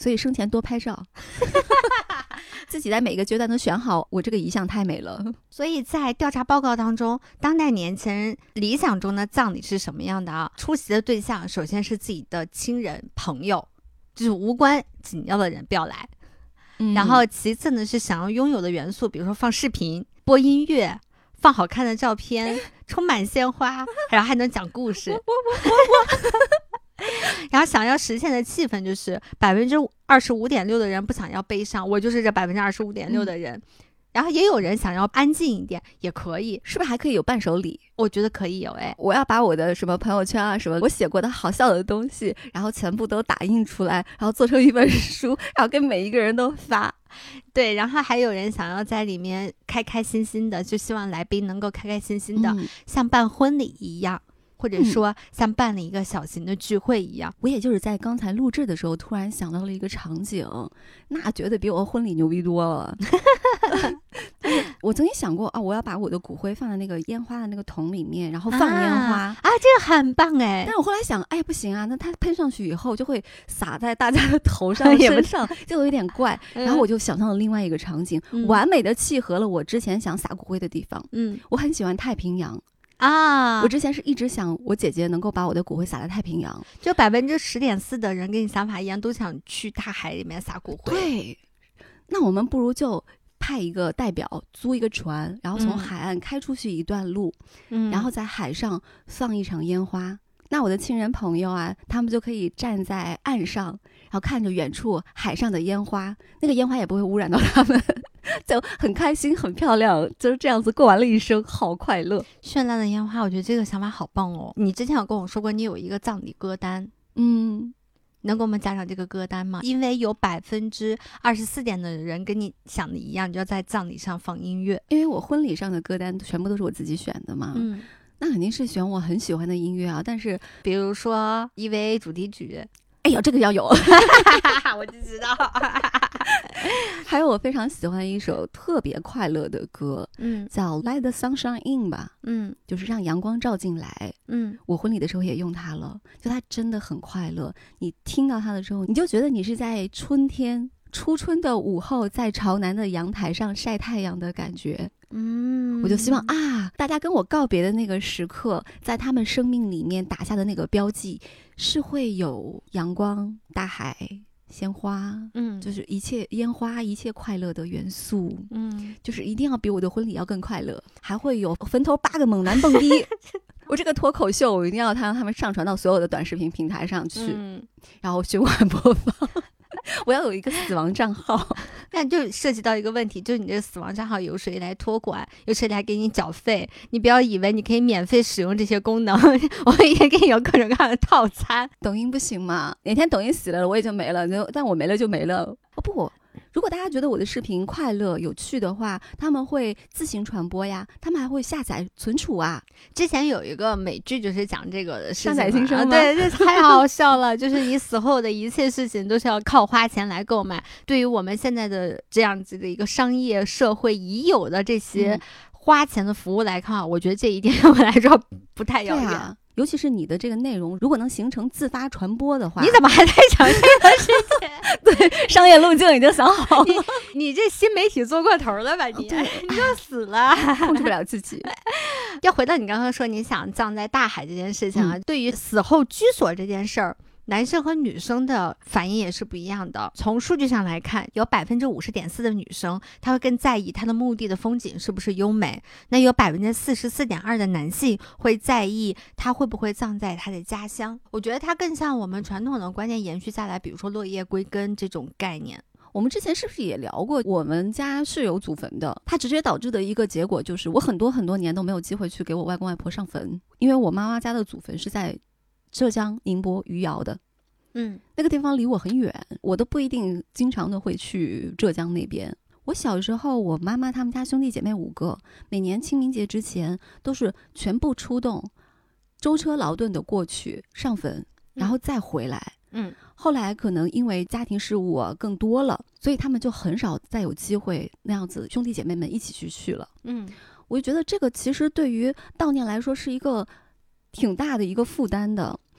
所以生前多拍照自己在每个阶段都选好，我这个遗像太美了。 所以在调查报告当中，当代年轻人理想中的葬礼是什么样的啊？出席的对象首先是自己的亲人朋友，就是无关紧要的人不要来、嗯、然后其次呢是想要拥有的元素，比如说放视频、播音乐、放好看的照片、充满鲜花，然后还能讲故事。我我我我然后想要实现的气氛就是百分之二十五点六的人不想要悲伤，我就是这百分之二十五点六的人、嗯。然后也有人想要安静一点，也可以， 是不是还可以有伴手礼？ 我觉得可以有哎， 我要把我的什么朋友圈啊，什么我写过的好笑的东西，然后全部都打印出来，然后做成一本书，然后跟每一个人都发。 对，然后还有人想要在里面开开心心的，就希望来宾能够开开心心的、嗯、像办婚礼一样，或者说像办了一个小型的聚会一样、嗯、 我也就是在刚才录制的时候突然想到了一个场景，那觉得比我婚礼牛逼多了我曾经想过啊，我要把我的骨灰放在那个烟花的那个桶里面，然后放烟花啊, 啊这个很棒哎。 但是我后来想，哎不行啊，那它喷上去以后就会洒在大家的头上身上就有点怪、嗯、然后我就想象了另外一个场景、嗯、完美的契合了我之前想撒骨灰的地方。嗯，我很喜欢太平洋啊，我之前是一直想我姐姐能够把我的骨灰撒在太平洋， 就百分之十点四的人跟你想法一样，都想去大海里面撒骨灰。 对，那我们不如就派一个代表租一个船，然后从海岸开出去一段路、嗯、然后在海上放一场烟花。那我的亲人朋友啊，他们就可以站在岸上，然后看着远处海上的烟花，那个烟花也不会污染到他们就很开心很漂亮，就是这样子过完了一生，好快乐。 绚烂的烟花，我觉得这个想法好棒哦。你之前有跟我说过你有一个葬礼歌单，嗯，能给我们讲讲这个歌单吗？因为有百分之二十四点的人跟你想的一样，就要在葬礼上放音乐。 因为我婚礼上的歌单全部都是我自己选的嘛，嗯，那肯定是选我很喜欢的音乐啊。但是比如说 E V A 主题曲， 哎呦这个要有我就知道还有我非常喜欢一首特别快乐的歌，嗯，叫 Let the Sunshine In 吧，嗯，就是让阳光照进来，嗯，我婚礼的时候也用它了，就它真的很快乐。你听到它的时候，你就觉得你是在春天初春的午后，在朝南的阳台上晒太阳的感觉。嗯，我就希望啊，大家跟我告别的那个时刻，在他们生命里面打下的那个标记，是会有阳光、大海、鲜花，嗯，就是一切烟花，一切快乐的元素，嗯，就是一定要比我的婚礼要更快乐，还会有坟头八个猛男蹦迪。我这个脱口秀，我一定要让他们上传到所有的短视频平台上去，嗯、然后循环播放。我要有一个死亡账号。 那就涉及到一个问题，就是你这个死亡账号由谁来托管，由谁来给你缴费？你不要以为你可以免费使用这些功能，我也给你有各种各样的套餐。 抖音不行吗？哪天抖音死了我也就没了，就但我没了就没了。哦不，如果大家觉得我的视频快乐有趣的话，他们会自行传播呀，他们还会下载存储啊。 之前有一个美剧就是讲这个的事情， 上载新生吗？ 对，这太好笑了。就是你死后的一切事情都是要靠花钱来购买。对于我们现在的这样子的一个商业社会已有的这些花钱的服务来看、嗯、我觉得这一点对我来说不太遥远、啊， 尤其是你的这个内容如果能形成自发传播的话。 你怎么还在想这个事情？ 对，商业路径已经想好了。 你, 你这新媒体做过头了吧你？你就死了， 控制不了自己。 要回到你刚刚说你想葬在大海这件事情啊、嗯、对于死后居所这件事儿，男生和女生的反应也是不一样的。从数据上来看，有百分之五十点四的女生，她会更在意她的墓地的风景是不是优美。那有百分之四十四点二的男性会在意他会不会葬在他的家乡。我觉得它更像我们传统的观念延续下来，比如说落叶归根这种概念。 我们之前是不是也聊过，我们家是有祖坟的，它直接导致的一个结果就是我很多很多年都没有机会去给我外公外婆上坟，因为我妈妈家的祖坟是在浙江宁波余姚的，嗯，那个地方离我很远，我都不一定经常的会去浙江那边。我小时候，我妈妈他们家兄弟姐妹五个，每年清明节之前都是全部出动，舟车劳顿的过去上坟，然后再回来。嗯，后来可能因为家庭事务、啊、更多了，所以他们就很少再有机会那样子兄弟姐妹们一起去去了。嗯，我就觉得这个其实对于悼念来说是一个挺大的一个负担的。嗯，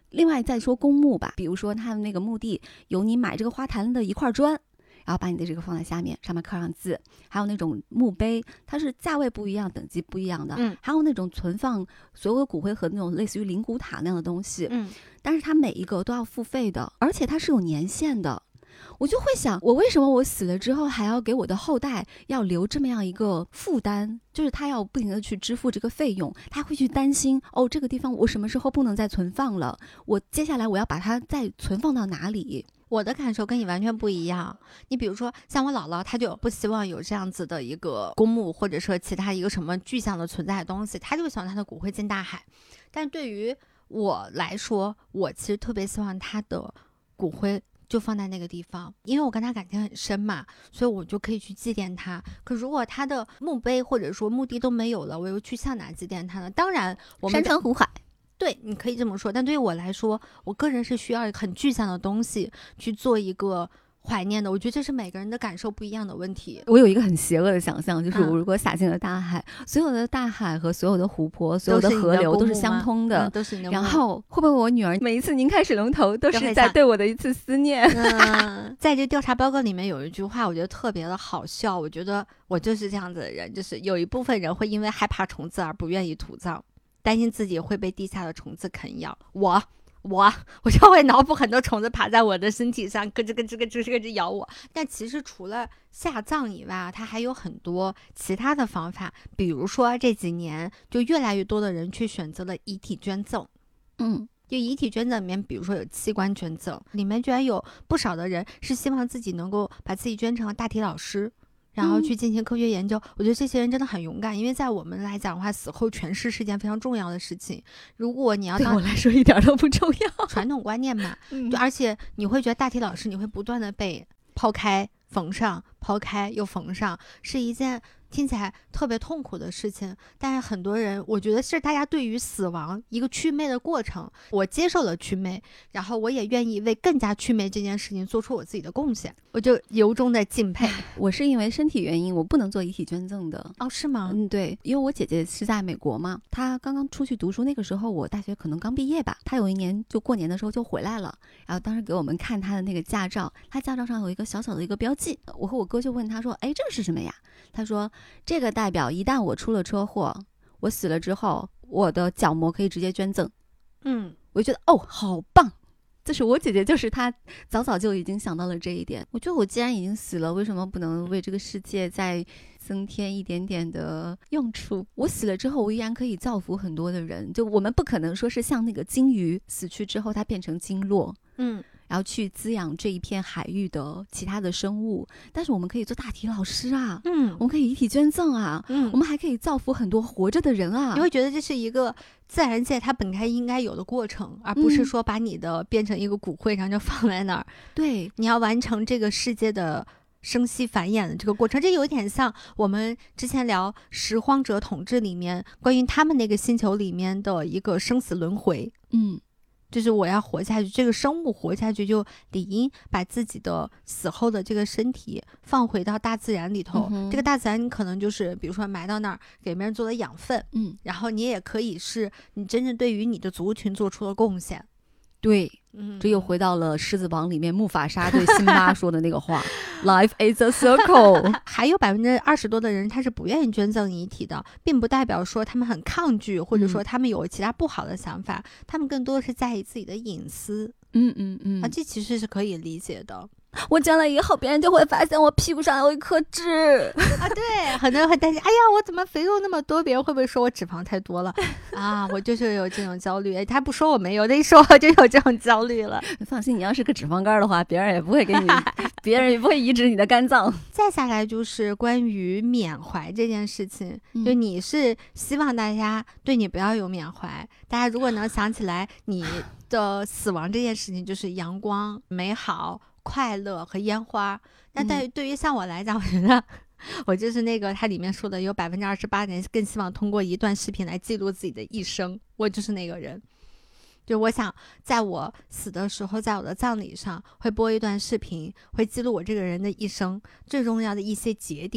另外再说公墓吧，比如说他的那个墓地有你买这个花坛的一块砖，然后把你的这个放在下面，上面刻上字，还有那种墓碑，它是价位不一样，等级不一样的， 嗯， 还有那种存放所有的骨灰盒那种类似于灵骨塔那样的东西， 嗯， 但是它每一个都要付费的，而且它是有年限的。我就会想，我为什么我死了之后还要给我的后代要留这么样一个负担，就是他要不停的去支付这个费用，他会去担心，哦，这个地方我什么时候不能再存放了，我接下来我要把它再存放到哪里。 我的感受跟你完全不一样。你比如说像我姥姥，她就不希望有这样子的一个公墓，或者说其他一个什么具象的存在的东西，她就希望她的骨灰进大海。但对于我来说，我其实特别希望她的骨灰就放在那个地方，因为我跟他感情很深嘛，所以我就可以去祭奠他。可如果他的墓碑或者说墓地都没有了，我又去向哪祭奠他呢？当然我们山川湖海， 对，你可以这么说，但对于我来说，我个人是需要很具象的东西去做一个怀念的。我觉得这是每个人的感受不一样的问题。 我有一个很邪恶的想象，就是我如果洒进了大海、嗯、所有的大海和所有的湖泊所有的河流都是相通的、 嗯、都是你的。 然后会不会我女儿每一次拧开水龙头都是在对我的一次思念？ 嗯，在这调查报告里面有一句话我觉得特别的好笑，我觉得我就是这样子的人，就是有一部分人会因为害怕虫子而不愿意土葬，担心自己会被地下的虫子啃咬。我我我就会脑补很多虫子爬在我的身体上，咯吱咯吱咯吱咯吱咬我。但其实除了下葬以外，它还有很多其他的方法，比如说这几年就越来越多的人去选择了遗体捐赠。 嗯， 就遗体捐赠里面，比如说有器官捐赠，里面居然有不少的人是希望自己能够把自己捐成大体老师，然后去进行科学研究、嗯、我觉得这些人真的很勇敢，因为在我们来讲的话，死后诠释是一件非常重要的事情。如果你要当， 对我来说一点都不重要， 传统观念嘛、嗯、就而且你会觉得大体老师你会不断的被抛开缝上，抛开又缝上，是一件听起来特别痛苦的事情。但是很多人，我觉得是大家对于死亡一个祛魅的过程，我接受了祛魅，然后我也愿意为更加祛魅这件事情做出我自己的贡献，我就由衷的敬佩。 我是因为身体原因我不能做遗体捐赠的。 哦，是吗？ 嗯，对，因为我姐姐是在美国嘛，她刚刚出去读书，那个时候我大学可能刚毕业吧，她有一年就过年的时候就回来了，然后当时给我们看她的那个驾照，她驾照上有一个小小的一个标记，我和我哥就问她说，哎，这个是什么呀？她说这个代表一旦我出了车祸，我死了之后，我的角膜可以直接捐赠。 嗯， 我就觉得哦，好棒！这是我姐姐，就是她早早就已经想到了这一点。我觉得我既然已经死了，为什么不能为这个世界再增添一点点的用处？我死了之后，我依然可以造福很多的人。就我们不可能说是像那个鲸鱼死去之后，它变成鲸落， 嗯， 然后去滋养这一片海域的其他的生物，但是我们可以做大体老师啊， 嗯， 我们可以遗体捐赠啊， 嗯， 我们还可以造福很多活着的人啊。 你会觉得这是一个自然界它本该应该有的过程，而不是说把你的变成一个骨灰然后就放在那儿、嗯、 对， 你要完成这个世界的生息繁衍的这个过程。这有点像我们之前聊拾荒者统治里面关于他们那个星球里面的一个生死轮回。 嗯， 就是我要活下去，这个生物活下去就理应把自己的死后的这个身体放回到大自然里头、嗯、这个大自然你可能就是比如说埋到那儿给别人做的养分， 嗯，然后你也可以是你真正对于你的族群做出了贡献。 对， 嗯， 这又回到了狮子王里面木法沙对辛巴说的那个话Life is a circle 还有百分之二十多的人他是不愿意捐赠遗体的，并不代表说他们很抗拒，或者说他们有其他不好的想法、嗯、他们更多的是在意自己的隐私。 嗯嗯嗯， 啊，这其实是可以理解的。 我捐了以后别人就会发现我屁股上有一颗痣啊，对，很多人会担心，哎呀我怎么肥肉那么多，别人会不会说我脂肪太多了啊？我就是有这种焦虑。哎，他不说我没有，但一说我就有这种焦虑了。 放心，你要是个脂肪肝的话，别人也不会给你别人也不会移植你的肝脏。 再下来就是关于缅怀这件事情、嗯、就你是希望大家对你不要有缅怀，大家如果能想起来你的死亡这件事情就是阳光美好快乐和烟花，那但对于像我来讲、嗯、我觉得我就是那个它里面说的有百分之二十八人更希望通过一段视频来记录自己的一生，我就是那个人。就我想在我死的时候，在我的葬礼上会播一段视频，会记录我这个人的一生最重要的一些节点，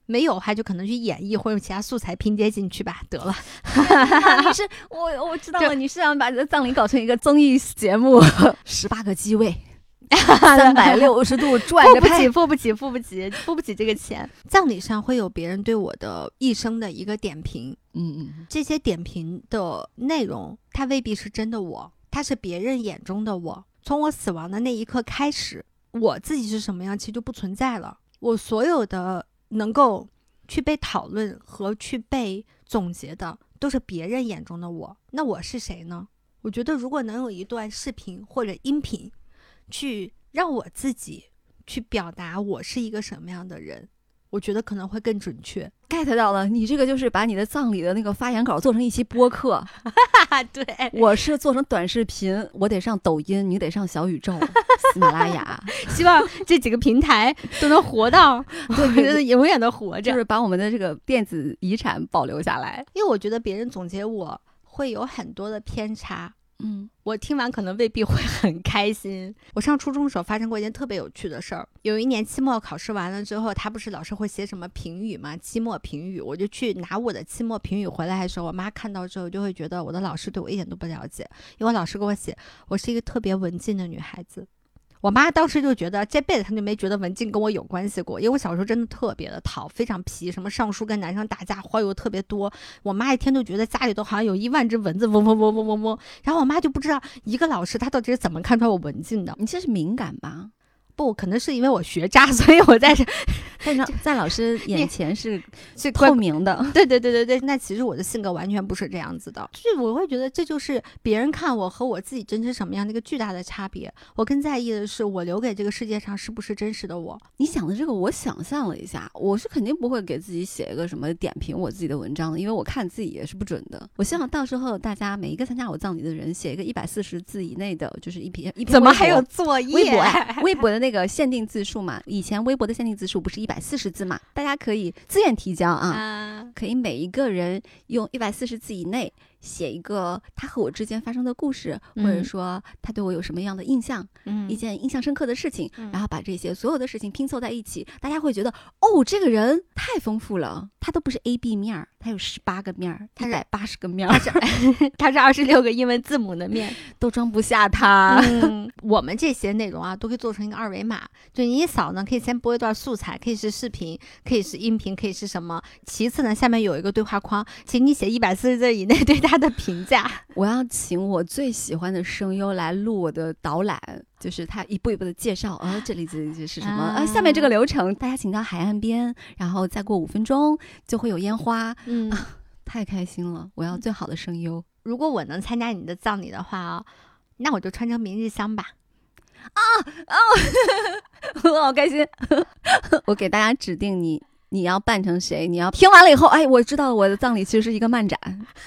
没有的话就可能去演绎或者其他素材拼接进去吧，得了。 你是我我知道了，你是想把你的葬礼搞成一个综艺节目，十八个机位。三百六十度转着拍， 付不起，付不起，付不起，付不起这个钱。葬礼上会有别人对我的一生的一个点评， 嗯嗯， 这些点评的内容，它未必是真的我，它是别人眼中的我。从我死亡的那一刻开始，我自己是什么样，其实就不存在了。我所有的能够去被讨论和去被总结的，都是别人眼中的我。那我是谁呢？我觉得如果能有一段视频或者音频，去让我自己去表达我是一个什么样的人，我觉得可能会更准确。 get 到了，你这个就是把你的葬礼的那个发言稿做成一期播客。 对， 我是做成短视频，我得上抖音，你得上小宇宙、喜马拉雅， 希望这几个平台都能活到对，永远的活着， 就是把我们的这个电子遗产保留下来。 因为我觉得别人总结我会有很多的偏差， 嗯， 我听完可能未必会很开心。我上初中的时候发生过一件特别有趣的事儿。有一年期末考试完了之后，他不是老师会写什么评语吗？期末评语，我就去拿我的期末评语回来的时候，我妈看到之后就会觉得我的老师对我一点都不了解，因为我老师给我写我是一个特别文静的女孩子。我妈当时就觉得这辈子她就没觉得文静跟我有关系过，因为我小时候真的特别的淘，非常皮，什么上书跟男生打架话又特别多，我妈一天都觉得家里都好像有一万只蚊子嗡嗡嗡嗡嗡嗡，然后我妈就不知道一个老师他到底是怎么看出来我文静的。 你这是敏感吧？ 不，可能是因为我学渣，所以我在在在老师眼前是是透明的。 对对对对对，那其实我的性格完全不是这样子的，就是我会觉得这就是别人看我和我自己真是什么样的一个巨大的差别。我更在意的是我留给这个世界上是不是真实的我。 你想的这个我想象了一下，我是肯定不会给自己写一个什么点评我自己的文章的，因为我看自己也是不准的。我希望到时候大家每一个参加我葬礼的人写一个一百四十字以内的，就是一篇一篇。 怎么还有作业？ 微博微博的那个限定字数嘛，以前微博的限定字数不是一百四十字嘛，大家可以自愿提交啊，啊可以每一个人用一百四十字以内写一个他和我之间发生的故事，嗯、或者说他对我有什么样的印象，嗯、一件印象深刻的事情，嗯、然后把这些所有的事情拼凑在一起，大家会觉得哦，这个人太丰富了，他都不是 A B 面，他有十八个面，他一百八十个面， 他是他是二十六个英文字母的面， 都装不下他。 嗯、我们这些内容啊，都可以做成一个二维码，就你一扫呢，可以先播一段素材，可以是视频，可以是音频，可以是什么。其次呢，下面有一个对话框，请你写一百四十字以内对他的评价。 我要请我最喜欢的声优来录我的导览，就是他一步一步的介绍啊，这里这里是什么啊，下面这个流程，大家请到海岸边，然后再过五分钟就会有烟花，嗯、啊，太开心了！我要最好的声优。 如果我能参加你的葬礼的话啊、哦，那我就穿成明日香吧。 啊啊！我好开心！我给大家指定你。你要扮成谁？你要听完了以后，哎，我知道我的葬礼其实是一个漫展。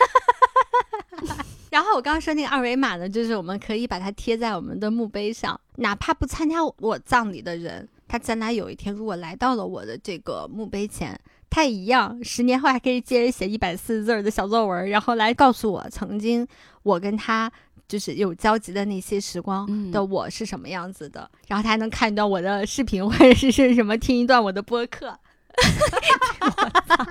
然后我刚刚说那个二维码呢，就是我们可以把它贴在我们的墓碑上，哪怕不参加我葬礼的人，他将来有一天如果来到了我的这个墓碑前，他一样十年后还可以接着写一百四十字的小作文，然后来告诉我曾经我跟他就是有交集的那些时光的我是什么样子的，嗯、然后他还能看一段我的视频，或者是是什么听一段我的播客。 我操！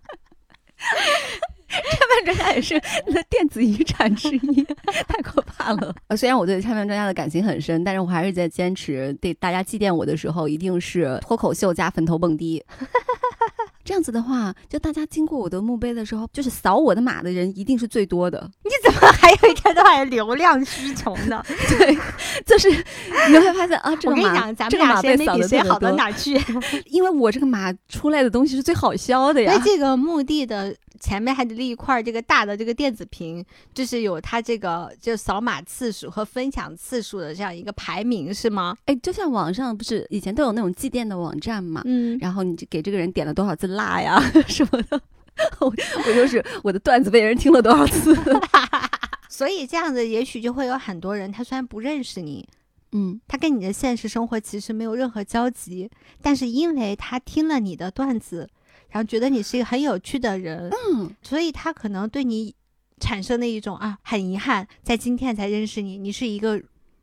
唱片专家也是电子遗产之一，太可怕了。虽然我对唱片专家的感情很深，但是我还是在坚持，对大家祭奠我的时候，一定是脱口秀加坟头蹦迪。这样子的话，就大家经过我的墓碑的时候，就是扫我的码的人一定是最多的。 你怎么还有一天到晚流量需求呢？ 对，就是你会发现啊，这个码，这个码被扫的谁好到哪去？ 因为我这个码出来的东西是最好笑的呀。 所以这个墓地的前面还得立一块这个大的这个电子屏，就是有它这个就扫码次数和分享次数的这样一个排名，是吗？ 哎，就像网上不是以前都有那种祭奠的网站嘛，嗯，然后你就给这个人点了多少次辣呀什么的，我我就是我的段子被人听了多少次。 所以这样子也许就会有很多人，他虽然不认识你， 嗯， 他跟你的现实生活其实没有任何交集，但是因为他听了你的段子，然后觉得你是一个很有趣的人， 嗯， 所以他可能对你产生的一种啊，很遗憾，在今天才认识你，你是一个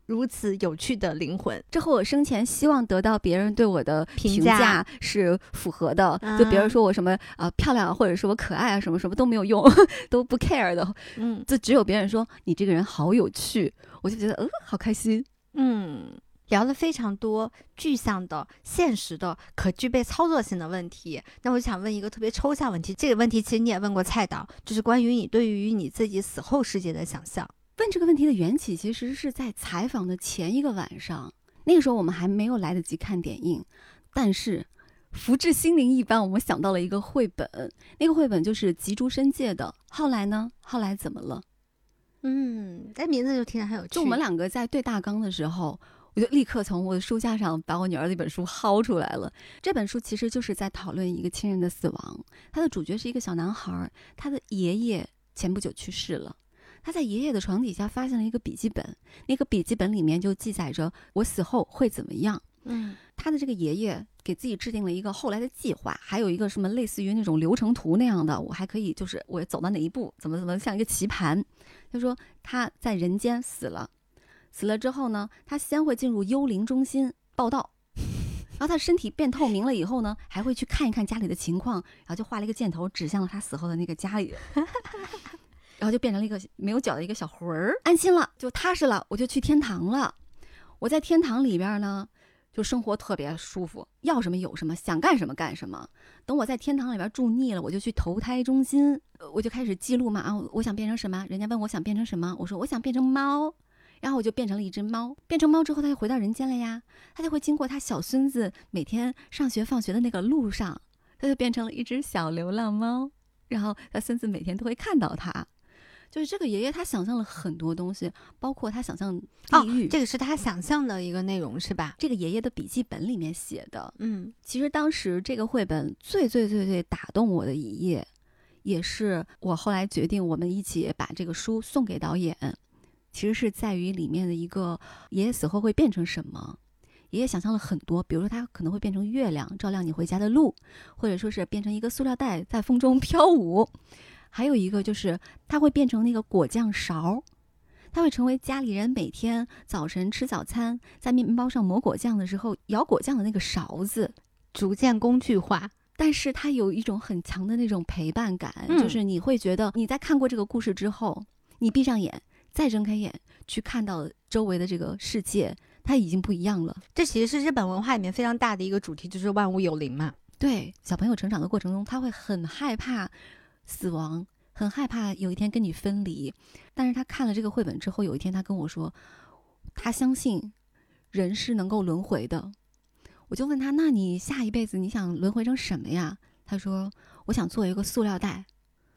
如此有趣的灵魂， 这和我生前希望得到别人对我的评价是符合的。 啊、 就别人说我什么呃漂亮，或者说我可爱啊，什么什么都没有用，都不 care 的。嗯，就只有别人说你这个人好有趣，我就觉得呃好开心。 嗯，聊了非常多具象的、现实的、可具备操作性的问题。那我想问一个特别抽象问题，这个问题其实你也问过蔡导，就是关于你对于你自己死后世界的想象。 问这个问题的缘起其实是在采访的前一个晚上，那个时候我们还没有来得及看点映，但是福至心灵一般，我们想到了一个绘本，那个绘本就是吉竹伸介的。后来呢？后来怎么了？ 嗯，这名字就听着很有趣。 就我们两个在对大纲的时候，我就立刻从我的书架上把我女儿的一本书薅出来了。这本书其实就是在讨论一个亲人的死亡，它的主角是一个小男孩，他的爷爷前不久去世了。他在爷爷的床底下发现了一个笔记本，那个笔记本里面就记载着我死后会怎么样。 嗯， 他的这个爷爷给自己制定了一个后来的计划，还有一个什么类似于那种流程图那样的，我还可以就是我走到哪一步怎么怎么像一个棋盘。他说他在人间死了，死了之后呢，他先会进入幽灵中心报道，然后他身体变透明了以后呢，还会去看一看家里的情况，然后就画了一个箭头指向了他死后的那个家里。然后就变成了一个没有脚的一个小魂儿，安心了，就踏实了，我就去天堂了。我在天堂里边呢，就生活特别舒服，要什么有什么，想干什么干什么。等我在天堂里边住腻了，我就去投胎中心，我就开始记录嘛啊，我想变成什么？人家问我想变成什么，我说我想变成猫，然后我就变成了一只猫。变成猫之后，他就回到人间了呀，他就会经过他小孙子每天上学放学的那个路上，他就变成了一只小流浪猫，然后他孙子每天都会看到他。就是这个爷爷他想象了很多东西，包括他想象地狱、 哦、这个是他想象的一个内容是吧？ 这个爷爷的笔记本里面写的。 嗯， 其实当时这个绘本最最最最打动我的一页，也是我后来决定我们一起把这个书送给导演，其实是在于里面的一个爷爷死后会变成什么。爷爷想象了很多，比如说他可能会变成月亮照亮你回家的路，或者说是变成一个塑料袋在风中飘舞，还有一个就是它会变成那个果酱勺，它会成为家里人每天早晨吃早餐在面包上抹果酱的时候舀果酱的那个勺子， 逐渐工具化。 但是它有一种很强的那种陪伴感、 嗯、 就是你会觉得你在看过这个故事之后，你闭上眼再睁开眼去看到周围的这个世界，它已经不一样了。 这其实是日本文化里面非常大的一个主题，就是万物有灵嘛。 对，小朋友成长的过程中他会很害怕死亡，很害怕有一天跟你分离，但是他看了这个绘本之后，有一天他跟我说他相信人是能够轮回的。我就问他，那你下一辈子你想轮回成什么呀？他说我想做一个塑料袋。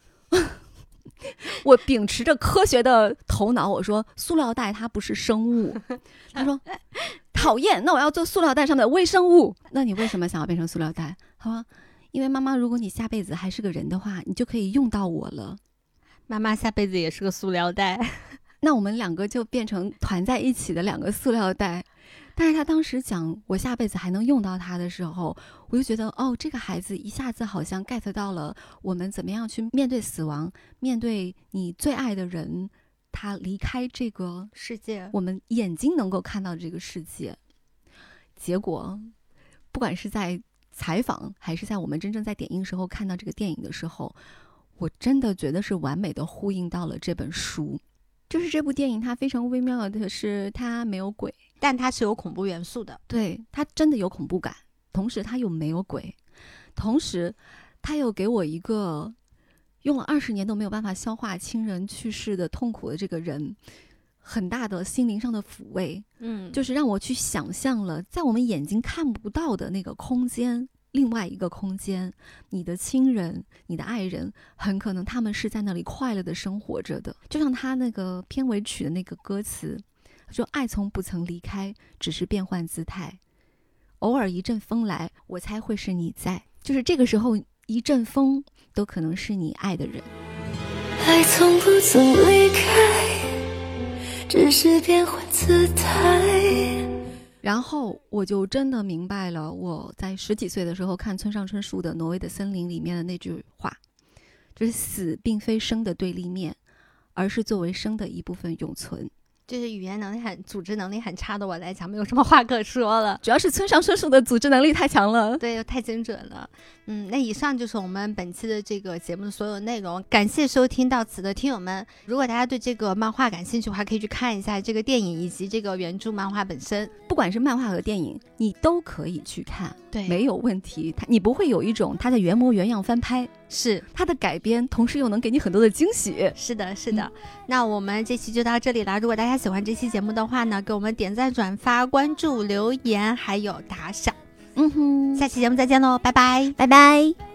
我秉持着科学的头脑，我说塑料袋它不是生物。他说讨厌，那我要做塑料袋上面的微生物。那你为什么想要变成塑料袋？他说因为妈妈，如果你下辈子还是个人的话，你就可以用到我了。 妈妈下辈子也是个塑料袋。 那我们两个就变成团在一起的两个塑料袋。但是他当时讲我下辈子还能用到他的时候，我就觉得哦，这个孩子一下子好像 get 到了我们怎么样去面对死亡，面对你最爱的人他离开这个世界， 我们眼睛能够看到这个世界。结果不管是在采访还是在我们真正在点映时候看到这个电影的时候，我真的觉得是完美的呼应到了这本书。就是这部电影它非常微妙的是它没有鬼， 但它是有恐怖元素的。 对，它真的有恐怖感，同时它又没有鬼，同时它又给我一个用了二十年都没有办法消化亲人去世的痛苦的这个人很大的心灵上的抚慰。 嗯， 就是让我去想象了在我们眼睛看不到的那个空间，另外一个空间，你的亲人你的爱人很可能他们是在那里快乐的生活着的。就像他那个片尾曲的那个歌词说，爱从不曾离开，只是变换姿态，偶尔一阵风来，我猜会是你在，就是这个时候一阵风都可能是你爱的人。 爱从不曾离开，只是变换姿态。 然后我就真的明白了，我在十几岁的时候看村上春树的《挪威的森林》里面的那句话，就是死并非生的对立面，而是作为生的一部分永存。 就是语言能力很、组织能力很差的我来讲，没有什么话可说了。 主要是村上春树的组织能力太强了， 对，太精准了。嗯，那以上就是我们本期的这个节目的所有内容。感谢收听到此的听友们，如果大家对这个漫画感兴趣的话，可以去看一下这个电影以及这个原著漫画本身。 不管是漫画和电影，你都可以去看， 对， 没有问题。它你不会有一种它的原模原样翻拍， 是它的改编，同时又能给你很多的惊喜。 是的，是的。嗯、那我们这期就到这里了。如果大家喜欢这期节目的话呢，给我们点赞、转发、关注、留言，还有打赏。 嗯哼， 下期节目再见喽，拜拜， 拜拜。